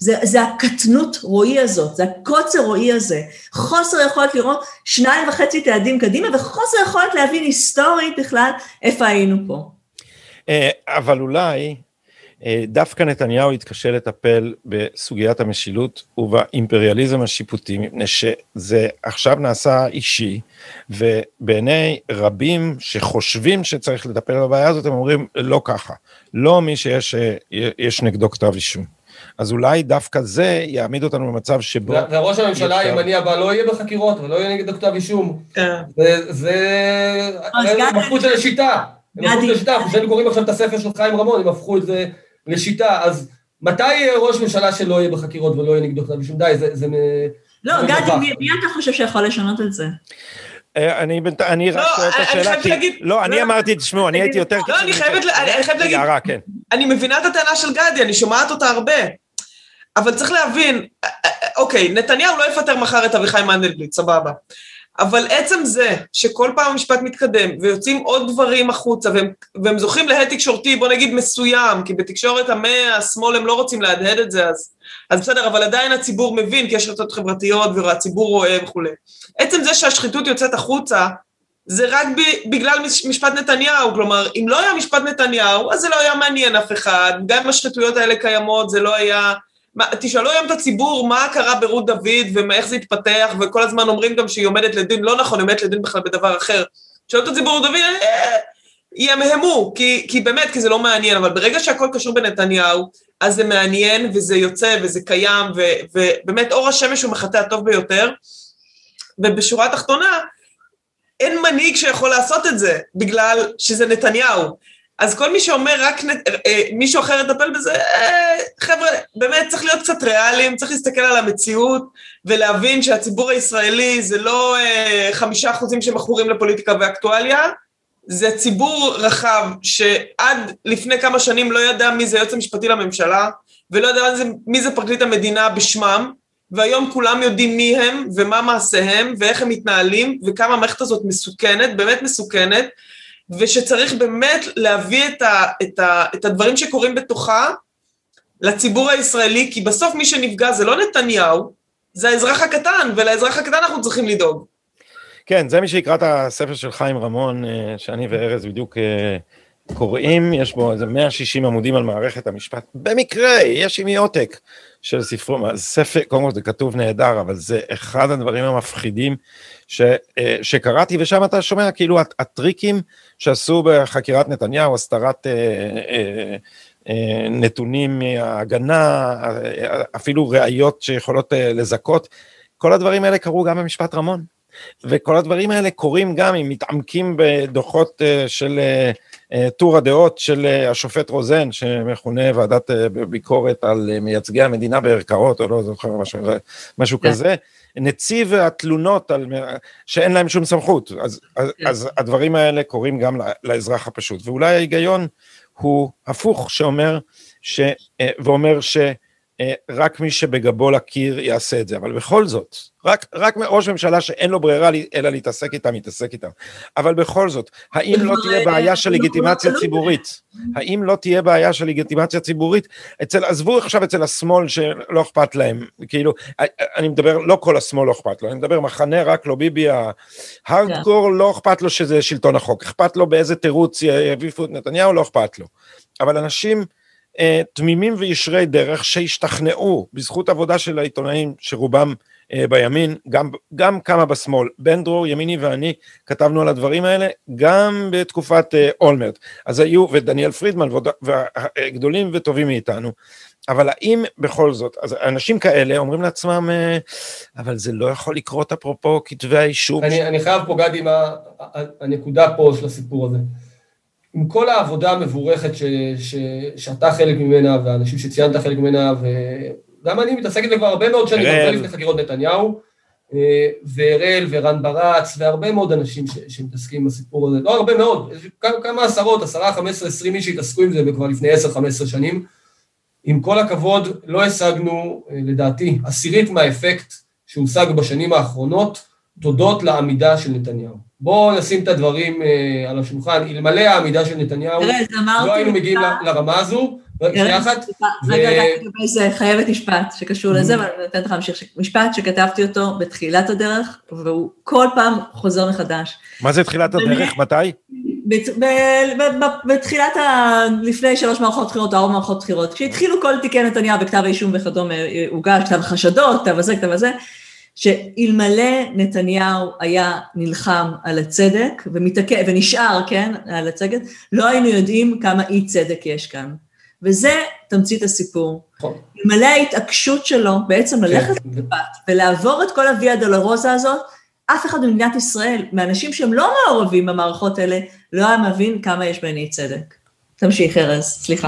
זה, זה הקטנות רואי הזאת, זה הקוצר רואי הזה, חוסר יכולת לראות שניים וחצי תעדים קדימה, וחוסר יכולת להבין היסטורית בכלל איפה היינו פה. אבל אולי דווקא נתניהו יתקשה לטפל בסוגיית המשילות ובאימפריאליזם השיפוטי, מפני שזה עכשיו נעשה אישי, ובעיני רבים שחושבים שצריך לטפל בבעיה הזאת, הם אומרים לא ככה, לא מי שיש יש נגדו כתב אישום. אז אולי דווקא זה יעמיד אותנו במצב שבו... וראש הממשלה הימני הבא לא יהיה בחקירות, ולא יהיה נגד כתב אישום. זה מפכו את זה לשיטה. הם הפכו את זה לשיטה, אנחנו שנים קוראים עכשיו את הספר של חיים רמון, הם הפכו את זה לשיטה, אז מתי יהיה ראש ממשלה שלא יהיה בחקירות ולא יהיה נגדו כתב אישום? די, זה... לא, גדי, מי אתה חושב שיכול לשנות את זה? אני, אני רק שואל את השאלה, לא, אני אמרתי, תשמעו, אני הייתי יותר... לא, אני חייבת להגיד, אני מבינה את הטענה של גדי, אני שומעת אותה הרבה, אבל צריך להבין, אוקיי, נתניהו לא יפטר מחר את אביחי מנדלבליט, סבבה, אבל עצם זה שכל פעם המשפט מתקדם, ויוצאים עוד דברים החוצה, והם, והם זוכים להד תקשורתי, בוא נגיד מסוים, כי בתקשורת המאה, השמאל הם לא רוצים להדהד את זה, אז, אז בסדר, אבל עדיין הציבור מבין, כי יש רצות חברתיות, והציבור רואה וכו'. עצם זה שהשחיתות יוצאת החוצה, זה רק בגלל משפט נתניהו, כלומר, אם לא היה משפט נתניהו, אז זה לא היה מעניין אף אחד, גם אם השחיתויות האלה קיימות, זה לא היה... תשאלו היום את הציבור מה קרה ברות דוד ואיך זה התפתח, וכל הזמן אומרים גם שהיא עומדת לדין, לא נכון, עומדת לדין בכלל בדבר אחר. תשאלו את הציבור רות דוד, ימהמו, כי, כי באמת, כי זה לא מעניין, אבל ברגע שהכל קשור בנתניהו, אז זה מעניין וזה יוצא וזה קיים, ו, ובאמת אור השמש הוא מחטא הטוב ביותר, ובשורה התחתונה, אין מנהיג שיכול לעשות את זה, בגלל שזה נתניהו. אז כל מי שאומר רק נת... מישהו אחר יטפל בזה, חבר'ה, באמת צריך להיות קצת ריאליים, צריך להסתכל על המציאות, ולהבין שהציבור הישראלי זה לא חמישה אחוזים שמכורים לפוליטיקה ואקטואליה, זה ציבור רחב שעד לפני כמה שנים לא ידע מי זה יועץ המשפטי לממשלה, ולא ידע מי זה פרקליט המדינה בשמם, והיום כולם יודעים מי הם ומה מעשיהם ואיך הם מתנהלים, וכמה המערכת הזאת מסוכנת, באמת מסוכנת, ושצריך באמת להביא את, ה, את, ה, את הדברים שקורים בתוכה לציבור הישראלי, כי בסוף מי שנפגע זה לא נתניהו, זה האזרח הקטן, ולאזרח הקטן אנחנו צריכים לדאוג. כן, זה מי שיקרא את הספר של חיים רמון, שאני וארז בדיוק קוראים, יש בו איזה מאה ושישים עמודים על מערכת המשפט, במקרה, יש עם עותק של ספרו, ספר, קודם כל זה כתוב נהדר, אבל זה אחד הדברים המפחידים ש, שקראתי, ושם אתה שומע כאילו הטריקים שעשו בחקירת נתניהו, הסתרת נתונים מההגנה, אפילו ראיות שיכולות לזכות, כל הדברים האלה קרו גם במשפט רמון, וכל הדברים האלה קורים גם אם מתעמקים בדוחות של טור הדעות של השופט רוזן, שמכונה ועדת ביקורת על מייצגי המדינה בערכאות, או לא זוכר משהו, משהו כזה, נציב התלונות על, שאין להם שום סמכות, אז, אז, אז הדברים האלה קורים גם לאזרח הפשוט, ואולי ההיגיון הוא הפוך שאומר, ש, ואומר ש, רק מי שבגבו לקיר יעשה את זה, אבל בכל זאת, רק, רק ראש ממשלה שאין לו ברירה אלא להתעסק איתם, מתעסק איתם, אבל בכל זאת, האם לא תהיה בעיה של לגיטימציה ציבורית? האם לא תהיה בעיה של לגיטימציה ציבורית? אצל, עזבו עכשיו אצל השמאל שלא אכפת להם, כאילו, אני מדבר, לא כל השמאל לא אכפת לו, אני מדבר מחנה רק לא ביבי, ההארדקור לא אכפת לו שזה שלטון החוק, אכפת לו באיזה תירוץ יביפו את נתניהו, לא אכפת לו, אבל אנשים, תמימים וישרי דרך שהשתכנעו בזכות עבודה של העיתונאים שרובם בימין, גם, גם כמה בשמאל, בן דרור, ימיני ואני כתבנו על הדברים האלה, גם בתקופת אולמרט, אז היו, ודניאל פרידמן, והגדולים וטובים מאיתנו, אבל האם בכל זאת, אז אנשים כאלה אומרים לעצמם, אבל זה לא יכול לקרות אפרופו כתבי האישום. אני, אני חייב פה גדי, מה, הנקודה פה של הסיפור הזה. עם כל העבודה המבורכת ש, ש, שאתה חלק ממנה, והאנשים שציינת חלק ממנה, וגם אני מתעסקת כבר הרבה מאוד שנים, הרבה לפני חקירות נתניהו, והראל ורן ברץ, והרבה מאוד אנשים ש, שמתעסקים בסיפור הזה, לא הרבה מאוד, כמה, כמה עשרות, עשרה, חמש עשרה, עשרים איש שהתעסקו עם זה, וכבר לפני עשר, חמש עשרה שנים, עם כל הכבוד, לא השגנו, לדעתי, עשירית מהאפקט שהושג בשנים האחרונות, תודות לעמידה של נתניהו. בואו נשים את הדברים uh, על השולחן, אלמלא העמידה של נתניהו, לא היינו מגיעים ל, לרמה הזו, שנייה אחת. רגע, רגע, לגבי זה חייבת משפט שקשור לזה, אבל אני נותנת לך להמשיך, משפט שכתבתי אותו בתחילת הדרך, והוא כל פעם חוזר מחדש. מה זה תחילת הדרך? מתי? בתחילת, לפני שלוש מערכות בחירות, ארבע מערכות בחירות, כשהתחילו כל תיקי נתניהו בכתב האישום וכדומה, הוגש כתב החשדות, כתב הזה, כתב הזה, שאלמלא נתניהו היה נלחם על הצדק, ומתעכב, ונשאר, כן, על הצדק, לא היינו יודעים כמה אי צדק יש כאן. וזה תמצית הסיפור. אלמלא ההתעקשות שלו, בעצם ללכת למשפט, ולעבור את כל הוויה דולורוזה הזאת, אף אחד במדינת ישראל, מאנשים שהם לא מעורבים במערכות האלה, לא היה מבין כמה יש בהן אי צדק. תמשיך, ארז, סליחה.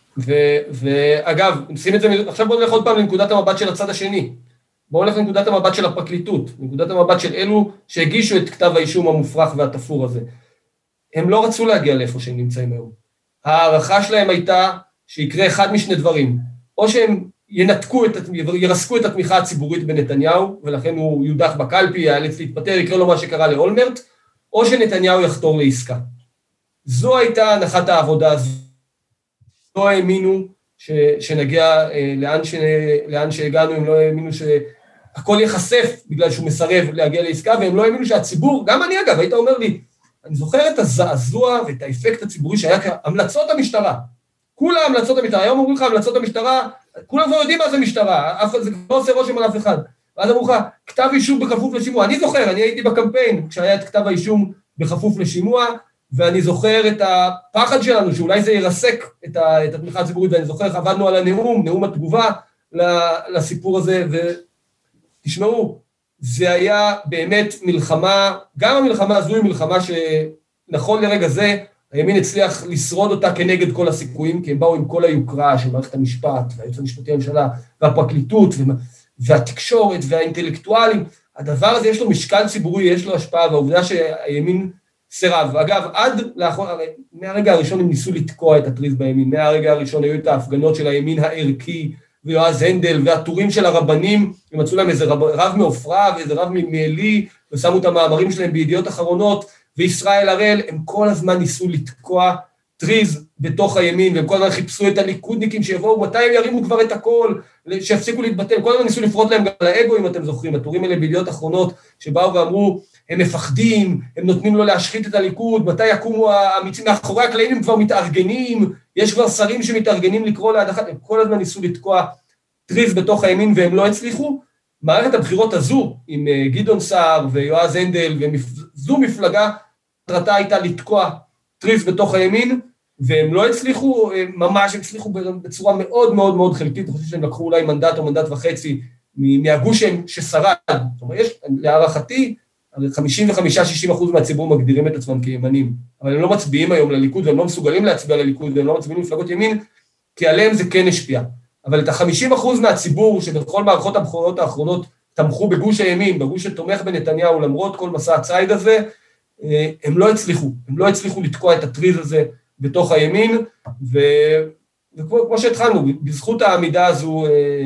ואגב, נשים את זה, עכשיו בואו נלך עוד פעם לנקודת המבט של הצד השני. בואו נלך לנקודת המבט של הפרקליטות, לנקודת המבט של אלו שהגישו את כתב האישום המופרך והתפור הזה. הם לא רצו להגיע לאיפה שהם נמצאים היום. הערכה שלהם הייתה שיקרה אחד משני דברים, או שהם ינתקו את, ירסקו את התמיכה הציבורית בנתניהו, ולכן הוא יודח בקלפי, יאלץ להתפטר, יקרה לו מה שקרה לאולמרט, או שנתניהו יחתור לעסקה. זו הייתה הנחת העבודה הזו. לא האמינו ש, שנגיע אה, לאן, ש, לאן שהגענו, הם לא האמינו שהכל יחשף בגלל שהוא מסרב להגיע לעסקה, והם לא האמינו שהציבור, גם אני אגב, היית אומר לי, אני זוכר את הזעזוע ואת האפקט הציבורי שהיה כהמלצות המשטרה. כולה המלצות המשטרה, היום אומרים לך המלצות המשטרה, כולם לא יודעים מה זה משטרה, אף, זה לא עושה רושם על אף אחד. ואז אמרו לך, כתב אישום בכפוף לשימוע. אני זוכר, אני הייתי בקמפיין, כשהיה את כתב האישום בכפוף לשימוע, ואני זוכר את הפחד שלנו, שאולי זה ירסק את, ה, את התמיכה הציבורית, ואני זוכר, עבדנו על הנאום, נאום התגובה לסיפור הזה, ותשמעו, זה היה באמת מלחמה, גם המלחמה הזו היא מלחמה שנכון לרגע זה, הימין הצליח לשרוד אותה כנגד כל הסיכויים, כי הם באו עם כל היוקרה של מערכת המשפט, והיועץ המשפטי הממשלה, והפרקליטות, והתקשורת, והאינטלקטואלים. הדבר הזה יש לו משקל ציבורי, יש לו השפעה, והעובדה שהימין סירב. אגב, עד לאחרונה, מהרגע הראשון הם ניסו לתקוע את הטריז בימין, מהרגע הראשון היו את ההפגנות של הימין הערכי, ויועז הנדל, והטורים של הרבנים, הם מצאו להם איזה רב, רב מעופרה, ואיזה רב מעלי, ושמו את המאמרים שלהם בידיעות אחרונות, וישראל הראל, הם כל הזמן ניסו לתקוע טריז בתוך הימין, והם כל הזמן חיפשו את הליכודניקים שיבואו, מתי הם ירימו כבר את הכל, שיפסיקו להתבטל, כל הזמן ניסו לפרוט להם גם לאגו, אם אתם זוכרים, הטורים האלה בידיעות אחרונות, שבאו ואמרו, הם מפחדים, הם נותנים לו להשחית את הליכוד, מתי יקומו האמיצים, מאחורי הקלעים הם כבר מתארגנים, יש כבר שרים שמתארגנים לקרוא להדחת, הם כל הזמן ניסו לתקוע טריז בתוך הימין, והם לא הצליחו. מערכת הבחירות הזו, עם גדעון סער ויועז הנדל, וזו מפלגה, מטרתה הייתה לתקוע טריז בתוך הימין, והם לא הצליחו, ממש הם הצליחו בצורה מאוד מאוד מאוד חלקית, אני חושב שהם לקחו אולי מנדט או מנדט וחצי, מהגוש ששרד, זאת אומרת, יש, להערכתי, חמישים וחמש עד שישים אחוז מהציבור מגדירים את עצמם כימנים, אבל הם לא מצביעים היום לליכוד, והם לא מסוגלים להצביע לליכוד, והם לא מצביעים למפלגות ימין, כי עליהם זה כן השפיע. אבל את ה-חמישים אחוז מהציבור, שבכל מערכות הבחירות האחרונות תמכו בגוש הימין, בגוש שתומך בנתניהו, למרות כל מסע הציד הזה, הם לא הצליחו, הם לא הצליחו לתקוע את הטריז הזה בתוך הימין, ו... וכמו שהתחלנו, בזכות העמידה הזו,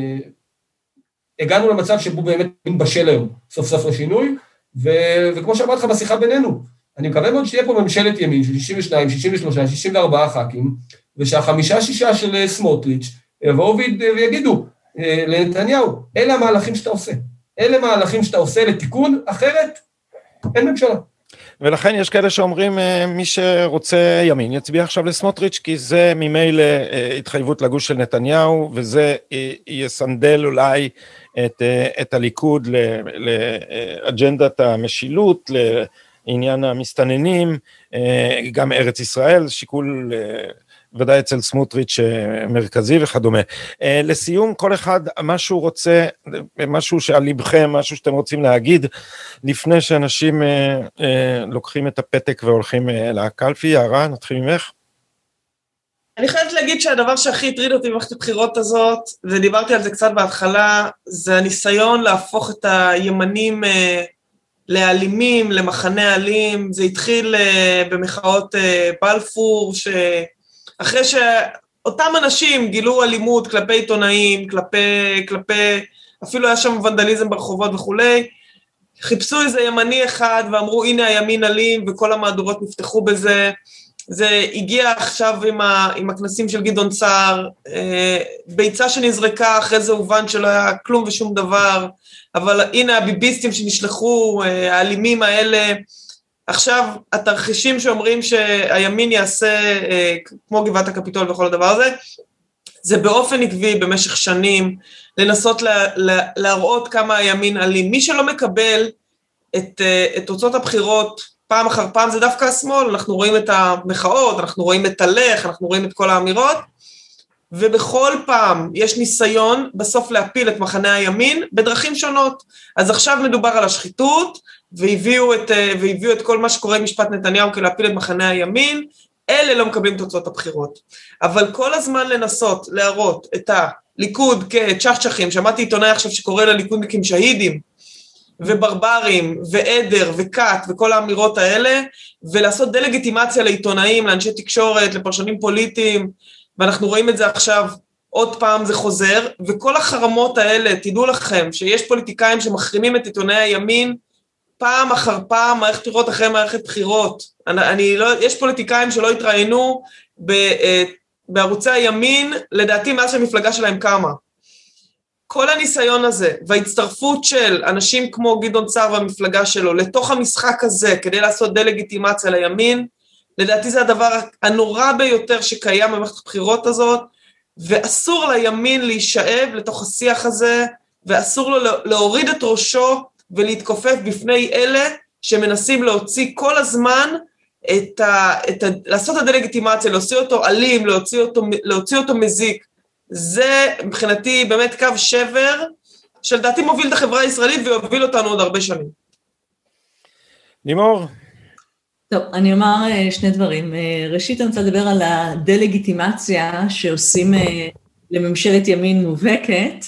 הגענו למצב שבו באמת בשל היום, סוף סוף לשינוי, ו... וכמו שאמרתי לך בשיחה בינינו, אני מקווה מאוד שתהיה פה ממשלת ימין של שישים ושתיים, שישים ושלוש, שישים וארבע ח"כים, ושהחמישה שישה של סמוטריץ' יבואו ויגידו לנתניהו, אלה המהלכים שאתה עושה, אלה מהלכים שאתה עושה לתיקון, אחרת אין ממשלה. ולכן יש כאלה שאומרים, מי שרוצה ימין יצביע עכשיו לסמוטריץ', כי זה ממילא התחייבות לגוש של נתניהו, וזה יסנדל אולי את, את הליכוד לאג'נדת המשילות, לעניין המסתננים, גם ארץ ישראל, שיקול ודאי אצל סמוטריץ' מרכזי וכדומה. לסיום, כל אחד משהו רוצה, משהו שעל ליבכם, משהו שאתם רוצים להגיד, לפני שאנשים לוקחים את הפתק והולכים לקלפי. יערה, נתחיל ממך. אני חייבת להגיד שהדבר שהכי הטריד אותי במערכת הבחירות הזאת, ודיברתי על זה קצת בהתחלה, זה הניסיון להפוך את הימנים לאלימים, למחנה אלים. זה התחיל במחאות בלפור, ש... אחרי שאותם אנשים גילו אלימות כלפי עיתונאים, כלפי, כלפי, אפילו היה שם ונדליזם ברחובות וכולי, חיפשו איזה ימני אחד ואמרו, הנה הימין אלים, וכל המהדורות נפתחו בזה, זה הגיע עכשיו עם, ה, עם הכנסים של גדעון סער, ביצה שנזרקה, אחרי זה הובן שלא היה כלום ושום דבר, אבל הנה הביביסטים שנשלחו, האלימים האלה, עכשיו התרחישים שאומרים שהימין יעשה, כמו גבעת הקפיטול וכל הדבר הזה, זה באופן עקבי במשך שנים, לנסות לה, לה, להראות כמה הימין אלים. מי שלא מקבל את, את תוצאות הבחירות פעם אחר פעם, זה דווקא השמאל, אנחנו רואים את המחאות, אנחנו רואים את הלך, אנחנו רואים את כל האמירות, ובכל פעם יש ניסיון בסוף להפיל את מחנה הימין בדרכים שונות. אז עכשיו מדובר על השחיתות, והביאו את, והביאו את כל מה שקורה עם משפט נתניהו כדי להפיל את מחנה הימין, אלה לא מקבלים תוצאות הבחירות. אבל כל הזמן לנסות להראות את הליכוד כצ'חצ'חים, שמעתי עיתונאי עכשיו שקורא לליכודניקים שהידים, וברברים, ועדר, וקט, וכל האמירות האלה, ולעשות דלגיטימציה לעיתונאים, לאנשי תקשורת, לפרשנים פוליטיים, ואנחנו רואים את זה עכשיו, עוד פעם זה חוזר, וכל החרמות האלה, תדעו לכם, שיש פוליטיקאים שמחרימים את עיתונאי הימין, פעם אחר פעם, מערכת בחירות אחרי מערכת בחירות. אני, אני לא, יש פוליטיקאים שלא התראיינו ב, בערוצי הימין, לדעתי מאז שהמפלגה שלהם קמה. כל הניסיון הזה, וההצטרפות של אנשים כמו גדעון סער והמפלגה שלו, לתוך המשחק הזה, כדי לעשות דלגיטימציה לימין, לדעתי זה הדבר הנורא ביותר שקיים במערכת הבחירות הזאת, ואסור לימין להישאב לתוך השיח הזה, ואסור לו להוריד את ראשו, ולהתכופף בפני אלה, שמנסים להוציא כל הזמן, את ה, את ה, לעשות את הדלגיטימציה, להוציא אותו אלים, להוציא אותו, להוציא אותו מזיק, זה מבחינתי באמת קו שבר, שלדעתי מוביל את החברה הישראלית, ויוביל אותנו עוד הרבה שנים. לימור. טוב, אני אומר שני דברים. ראשית, אני רוצה לדבר על הדלגיטימציה, שעושים לממשלת ימין מובהקת,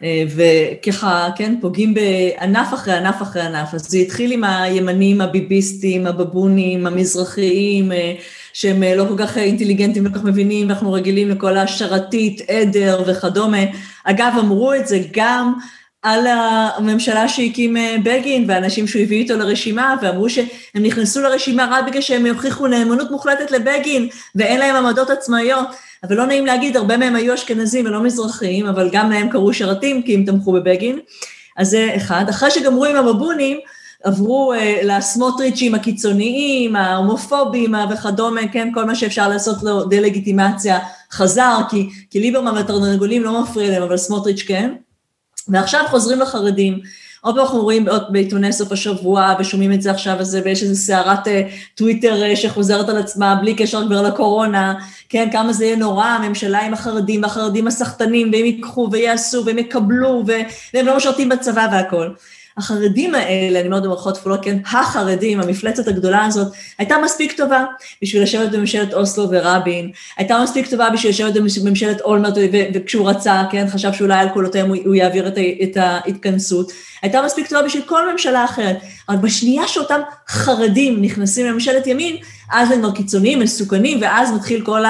וככה, כן, פוגעים בענף אחרי ענף אחרי ענף. אז זה התחיל עם הימנים, הביביסטים, הבבונים, המזרחיים, שהם לא כל כך אינטליגנטים ולא כך מבינים, ואנחנו רגילים לכל השרתית, עדר וכדומה. אגב, אמרו את זה גם על הממשלה שהקים בגין, והאנשים שהוא הביא איתו לרשימה, ואמרו שהם נכנסו לרשימה רק בגלל שהם יוכיחו נאמנות מוחלטת לבגין, ואין להם עמדות עצמאיות. אבל לא נעים להגיד, הרבה מהם היו אשכנזים ולא מזרחיים, אבל גם להם קראו שרתים, כי הם תמכו בבגין. אז זה אחד. אחרי שגמרו עם הבבונים, עברו uh, לסמוטריצ'ים הקיצוניים, ההומופובים וכדומה, כן, כל מה שאפשר לעשות לו דלגיטימציה חזר, כי, כי ליברמן והתרנגולים לא מפריע להם, אבל סמוטריץ' כן. ועכשיו חוזרים לחרדים, עוד פעם אנחנו רואים בעיתוני סוף השבוע, ושומעים את זה עכשיו הזה, ויש איזו סערת טוויטר שחוזרת על עצמה, בלי קשר כבר לקורונה, כן, כמה זה יהיה נורא, הממשלה עם החרדים, והחרדים הסחטנים, והם ייקחו ויעשו, והם יקבלו, והם לא משרתים בצבא והכל. החרדים האלה, אני מאוד במרכאות כפולות, כן, החרדים, המפלצת הגדולה הזאת, הייתה מספיק טובה בשביל לשבת בממשלת אוסלו ורבין, הייתה מספיק טובה בשביל לשבת בממשלת אולמרט, וכשהוא רצה, כן, חשב שאולי על קולותיהם הוא יעביר את, את ההתכנסות, הייתה מספיק טובה בשביל כל ממשלה אחרת, אבל בשנייה שאותם חרדים נכנסים לממשלת ימין, אז הם קיצוניים, מסוכנים, ואז מתחיל כל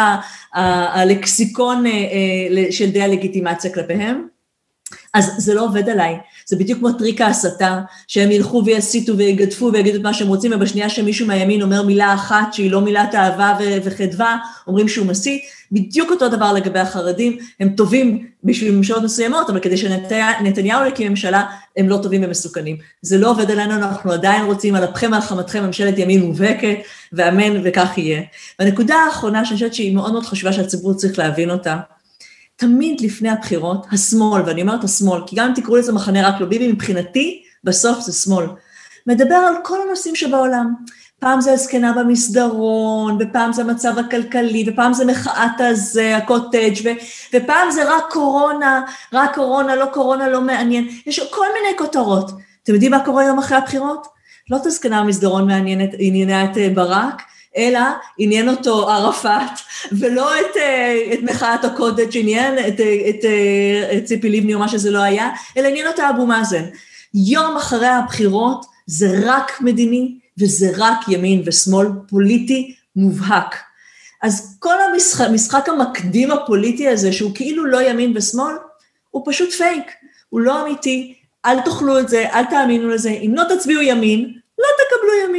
הלקסיקון של די הלגיטימציה כלפיהם, אז זה לא עובד עליי, זה בדיוק כמו טריק ההסתה, שהם ילכו ויסיתו ויגדפו ויגידו את מה שהם רוצים, ובשנייה שמישהו מהימין אומר מילה אחת, שהיא לא מילת אהבה וחדווה, אומרים שהוא מסית, בדיוק אותו דבר לגבי החרדים, הם טובים בשביל ממשלות מסוימות, אבל כדי שנתניהו יקים ממשלה, הם לא טובים ומסוכנים. זה לא עובד עלינו, אנחנו עדיין רוצים על אפכם, על חמתכם, ממשלת ימין מובהקת, ואמן וכך יהיה. והנקודה האחרונה, שאני חושבת שהיא מאוד מאוד חשובה שהציבור צריך להבין אותה, תמיד לפני הבחירות, השמאל, ואני אומרת השמאל, כי גם אם תקראו לזה מחנה רק לא ביבי, מבחינתי, בסוף זה שמאל. מדבר על כל הנושאים שבעולם. פעם זה הזקנה במסדרון, ופעם זה המצב הכלכלי, ופעם זה מחאת הזה, הקוטג' ו, ופעם זה רק קורונה, רק קורונה, לא קורונה, לא מעניין. יש כל מיני כותרות. אתם יודעים מה קורה יום אחרי הבחירות? לא את הזקנה במסדרון מעניינת, עניינה את ברק, אלא עניין אותו ערפאת, ולא את, את מחאת הקודש, שעניין את, את, את ציפי לבני או מה שזה לא היה, אלא עניין אותה אבו מאזן. יום אחרי הבחירות זה רק מדיני, וזה רק ימין ושמאל פוליטי מובהק. אז כל המשחק, המשחק המקדים הפוליטי הזה, שהוא כאילו לא ימין ושמאל, הוא פשוט פייק, הוא לא אמיתי, אל תאכלו את זה, אל תאמינו לזה, אם לא תצביעו ימין, לא תקבלו ימין.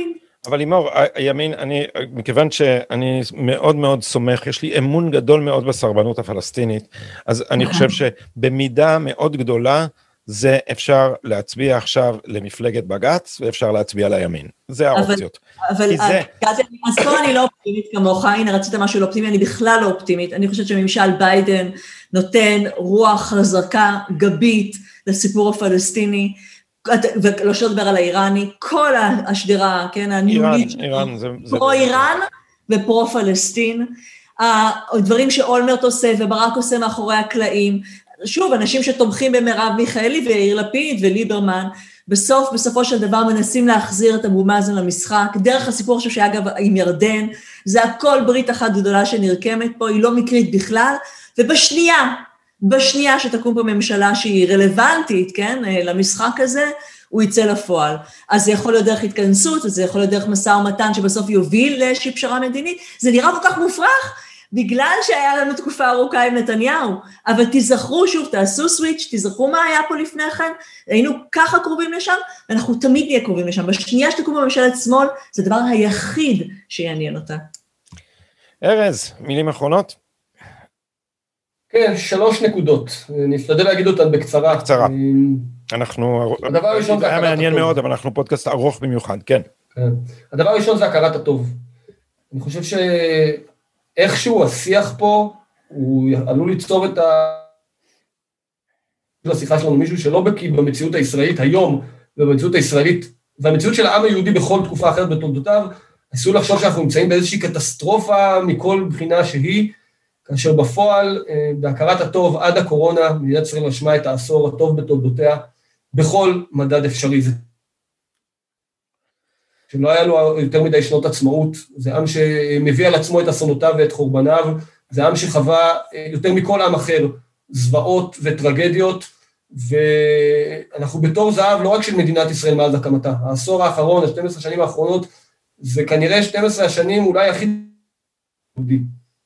אבל לימור, הימין, אני, מכיוון שאני מאוד מאוד סומך, יש לי אמון גדול מאוד בסרבנות הפלסטינית, אז אני חושב שבמידה מאוד גדולה, זה אפשר להצביע עכשיו למפלגת בג"ץ, ואפשר להצביע לימין. זה האופציות. אבל, זה... אז פה אני לא אופטימית כמוך, הנה רצית משהו לא אופטימי, אני בכלל לא אופטימית, אני חושבת שממשל ביידן נותן רוח חזקה, גבית, לסיפור הפלסטיני, ולא שדבר על האיראני, כל השדרה, כן, הניהולית, איראן, איראן, זה... פרו איראן ופרו פלסטין, הדברים שאולמרט עושה וברק עושה מאחורי הקלעים, שוב, אנשים שתומכים במרב מיכאלי ויאיר לפיד וליברמן, בסוף, בסופו של דבר מנסים להחזיר את אבו מאזן למשחק, דרך הסיפור עכשיו שאגב עם ירדן, זה הכל ברית אחת גדולה שנרקמת פה, היא לא מקרית בכלל, ובשנייה, בשנייה שתקום פה ממשלה שהיא רלוונטית, כן, למשחק הזה, הוא יצא לפועל. אז זה יכול להיות דרך התכנסות, וזה יכול להיות דרך משא ומתן שבסוף יוביל לאיזושהי פשרה מדינית, זה נראה כל כך מופרך, בגלל שהיה לנו תקופה ארוכה עם נתניהו, אבל תזכרו שוב, תעשו סוויץ', תזכרו מה היה פה לפני כן, היינו ככה קרובים לשם, ואנחנו תמיד נהיה קרובים לשם, בשנייה שתקום בממשלת שמאל, זה הדבר היחיד שיעניין אותה. ארז, מילים אחרונות? כן, שלוש נקודות, נפתדל להגיד אותן בקצרה. בקצרה, אנחנו, הדבר הראשון זה היה מעניין מאוד, אבל אנחנו פודקאסט ארוך במיוחד, כן. כן. הדבר הראשון זה הכרת הטוב. אני חושב ש... איכשהו השיח פה, הוא עלול ליצור את ה... לשיחה שלנו, מישהו שלא בקיא במציאות הישראלית היום, ובמציאות הישראלית, והמציאות של העם היהודי בכל תקופה אחרת בתולדותיו, עשו לחשוב שאנחנו נמצאים באיזושהי קטסטרופה מכל בחינה שהיא, כאשר בפועל, בהכרת הטוב עד הקורונה, מדינת ישראל רשמה את העשור הטוב בתולדותיה, בכל מדד אפשרי. זה שלא היה לו יותר מדי שנות עצמאות, זה עם שמביא על עצמו את אסונותיו ואת חורבניו, זה עם שחווה יותר מכל עם אחר, זוועות וטרגדיות, ואנחנו בתור זהב לא רק של מדינת ישראל מאז הקמתה, העשור האחרון, ה-שתים עשרה שנים האחרונות, זה כנראה שתים עשרה השנים אולי הכי יהודי,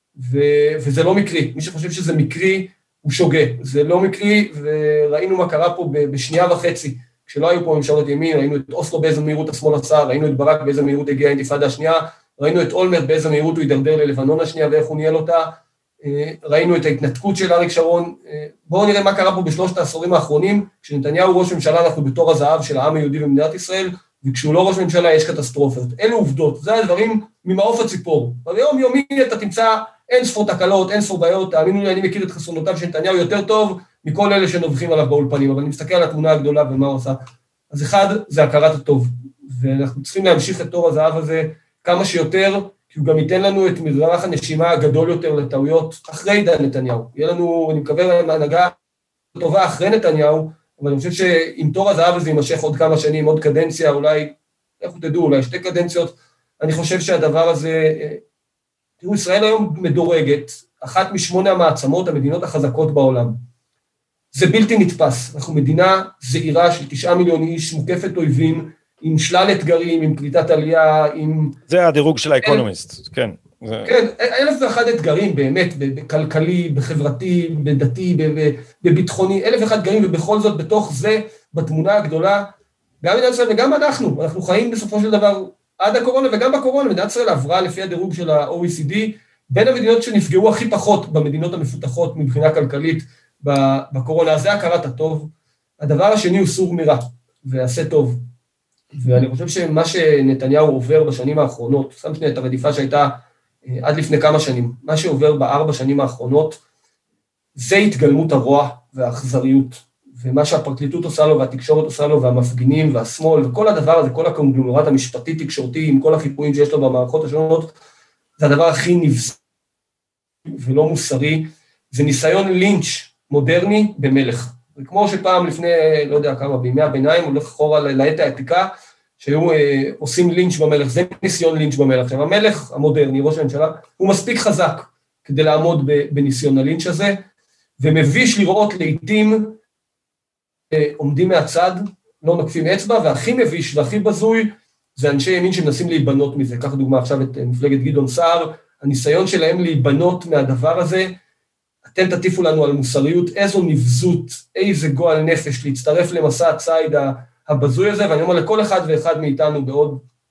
וזה לא מקרי, מי שחושב שזה מקרי הוא שוגה, זה לא מקרי, וראינו מה קרה פה בשנייה וחצי, כשלא היו פה ממשלות ימין, ראינו את אוסלו באיזו מהירות השמאל עשה, ראינו את ברק באיזו מהירות הגיעה האינתיפאדה השנייה, ראינו את אולמרט באיזו מהירות הוא יידרדר ללבנון השנייה ואיך הוא ניהל אותה, ראינו את ההתנתקות של אריק שרון, בואו נראה מה קרה פה בשלושת העשורים האחרונים, כשנתניהו ראש ממשלה אנחנו בתור הזהב של העם היהודי במדינת ישראל, וכשהוא לא ראש ממשלה יש קטסטרופות, אלו עובדות, זה הדברים ממעוף הציפור, ביום יומי אתה תמצא אין ספור תקלות, אין ספור בעיות, תאמינו לי, אני מכיר את חסרונותיו של נתניהו יותר טוב מכל אלה שנובחים עליו באולפנים, אבל אני מסתכל על התמונה הגדולה ומה הוא עושה. אז אחד, זה הכרת הטוב, ואנחנו צריכים להמשיך את תור הזהב הזה כמה שיותר, כי הוא גם ייתן לנו את מזרח הנשימה הגדול יותר לטעויות אחרי עידן נתניהו. יהיה לנו, אני מקווה, הנהגה טובה אחרי נתניהו, אבל אני חושב שאם תור הזהב הזה יימשך עוד כמה שנים, עוד קדנציה, אולי, איך תדעו, אולי שתי קדנציות, אני חושב שהדבר הזה, תראו, ישראל היום מדורגת, אחת משמונה המעצמות, המדינות החזקות בעולם. זה בלתי נתפס, אנחנו מדינה זעירה של תשעה מיליון איש, מוקפת אויבים, עם שלל אתגרים, עם קליטת עלייה, עם... זה הדירוג של האקונומיסט, כן. כן, אלף ואחד אתגרים באמת, בכלכלי, בחברתי, בדתי, בביטחוני, אלף ואחד אתגרים, ובכל זאת בתוך זה, בתמונה הגדולה, גם מדינת ישראל וגם אנחנו, אנחנו חיים בסופו של דבר עד הקורונה, וגם בקורונה, מדינת ישראל עברה לפי הדירוג של ה-או אי סי די, בין המדינות שנפגעו הכי פחות במדינות המפותחות מבחינה כלכלית בקורונה, אז זה הכרת הטוב. הדבר השני הוא סור מרע, ועשה טוב. ואני חושב שמה שנתניהו עובר בשנים האחרונות, שם שנייה את הרדיפה שהייתה עד לפני כמה שנים, מה שעובר בארבע שנים האחרונות, זה התגלמות הרוע והאכזריות, ומה שהפרקליטות עושה לו והתקשורת עושה לו, והמפגינים והשמאל, וכל הדבר הזה, כל הקונגלומרט המשפטי תקשורתי, עם כל החיפויים שיש לו במערכות השונות, זה הדבר הכי נבזי ולא מוסרי, זה ניסיון לינץ' מודרני במלך. זה כמו שפעם לפני, לא יודע כמה, בימי הביניים, הולך אחורה לעת העתיקה, שהיו אה, עושים לינץ' במלך, זה ניסיון לינץ' במלך. עכשיו, המלך המודרני, ראש הממשלה, הוא מספיק חזק כדי לעמוד בניסיון הלינץ' הזה, ומביש לראות לעתים אה, עומדים מהצד, לא נוקפים אצבע, והכי מביש והכי בזוי, זה אנשי ימין שמנסים להיבנות מזה. קח דוגמה עכשיו את מפלגת גדעון סער, הניסיון שלהם להיבנות מהדבר הזה, אתם תטיפו לנו על מוסריות, איזו נבזות, איזה גועל נפש, להצטרף למסע הציד הבזוי הזה, ואני אומר לכל אחד ואחד מאיתנו בעוד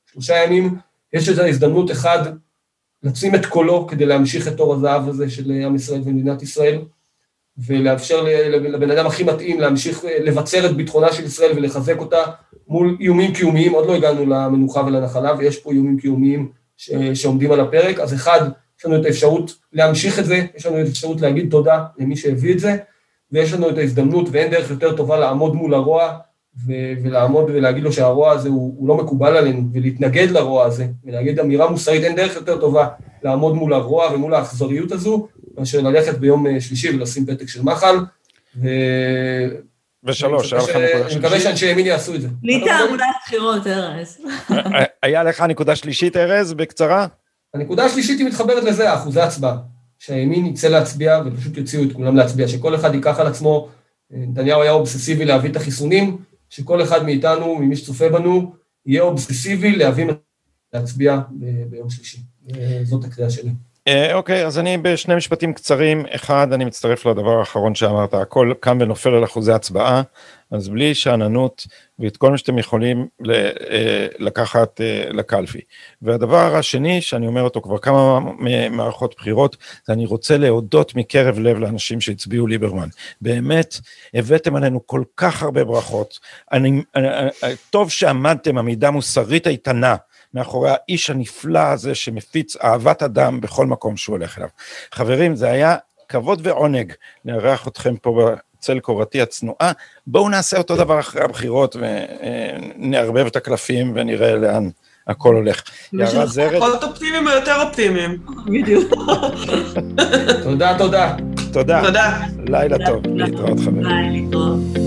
שלושה ימים, יש את ההזדמנות אחד, לשים את קולו כדי להמשיך את תור הזהב הזה של עם ישראל ומדינת ישראל, ולאפשר לבן אדם הכי מתאים להמשיך לבצר את ביטחונה של ישראל ולחזק אותה מול איומים קיומיים, עוד לא הגענו למנוחה ולנחלה, ויש פה איומים קיומיים ש- שעומדים על הפרק, אז אחד, יש לנו את האפשרות להמשיך את זה, יש לנו את האפשרות להגיד תודה למי שהביא את זה, ויש לנו את ההזדמנות, ואין דרך יותר טובה לעמוד מול הרוע, ו- ולעמוד ולהגיד לו שהרוע הזה הוא, הוא לא מקובל עלינו, ולהתנגד לרוע הזה, ולהגיד אמירה מוסרית, אין דרך יותר טובה לעמוד מול הרוע ומול האכזריות הזו, מאשר ללכת ביום שלישי ולשים פתק של מחל, ו... ושלוש, היה לך נקודה שלישית? אני מקווה שאנשי ימין יעשו את זה. בלי תעמולת בחירות, ארז. היה לך נקודה שלישית, ארז, בקצרה? הנקודה השלישית היא מתחברת לזה, אחוזי הצבעה. שהימין יצא להצביע, ופשוט יוציאו את כולם להצביע, שכל אחד ייקח על עצמו, נתניהו היה אובססיבי להביא את החיסונים, שכל אחד מאיתנו, ממי שצופה בנו, יהיה אובססיבי להביא להצביע ביום שלישי. זאת הקריאה שלי. אוקיי, אז אני בשני משפטים קצרים. אחד, אני מצטרף לדבר האחרון שאמרת, הכל קם ונופל על אחוזי הצבעה, אז בלי שעננות, ואת כל מה שאתם יכולים לקחת לקלפי. והדבר השני, שאני אומר אותו כבר כמה מערכות בחירות, זה אני רוצה להודות מקרב לב לאנשים שהצביעו ליברמן. באמת, הבאתם עלינו כל כך הרבה ברכות. אני, טוב שעמדתם עמידה מוסרית איתנה, מאחורי האיש הנפלא הזה שמפיץ אהבת אדם בכל מקום שהוא הולך אליו. חברים, זה היה כבוד ועונג לארח אתכם פה בצל קורתי הצנועה. בואו נעשה אותו דבר אחרי הבחירות ונערבב את הקלפים ונראה לאן הכל הולך. יערה זרד. פחות אופטימיים או יותר אופטימיים? בדיוק. תודה, תודה. תודה. תודה. לילה טוב. להתראות חברים. ביי, להתראות.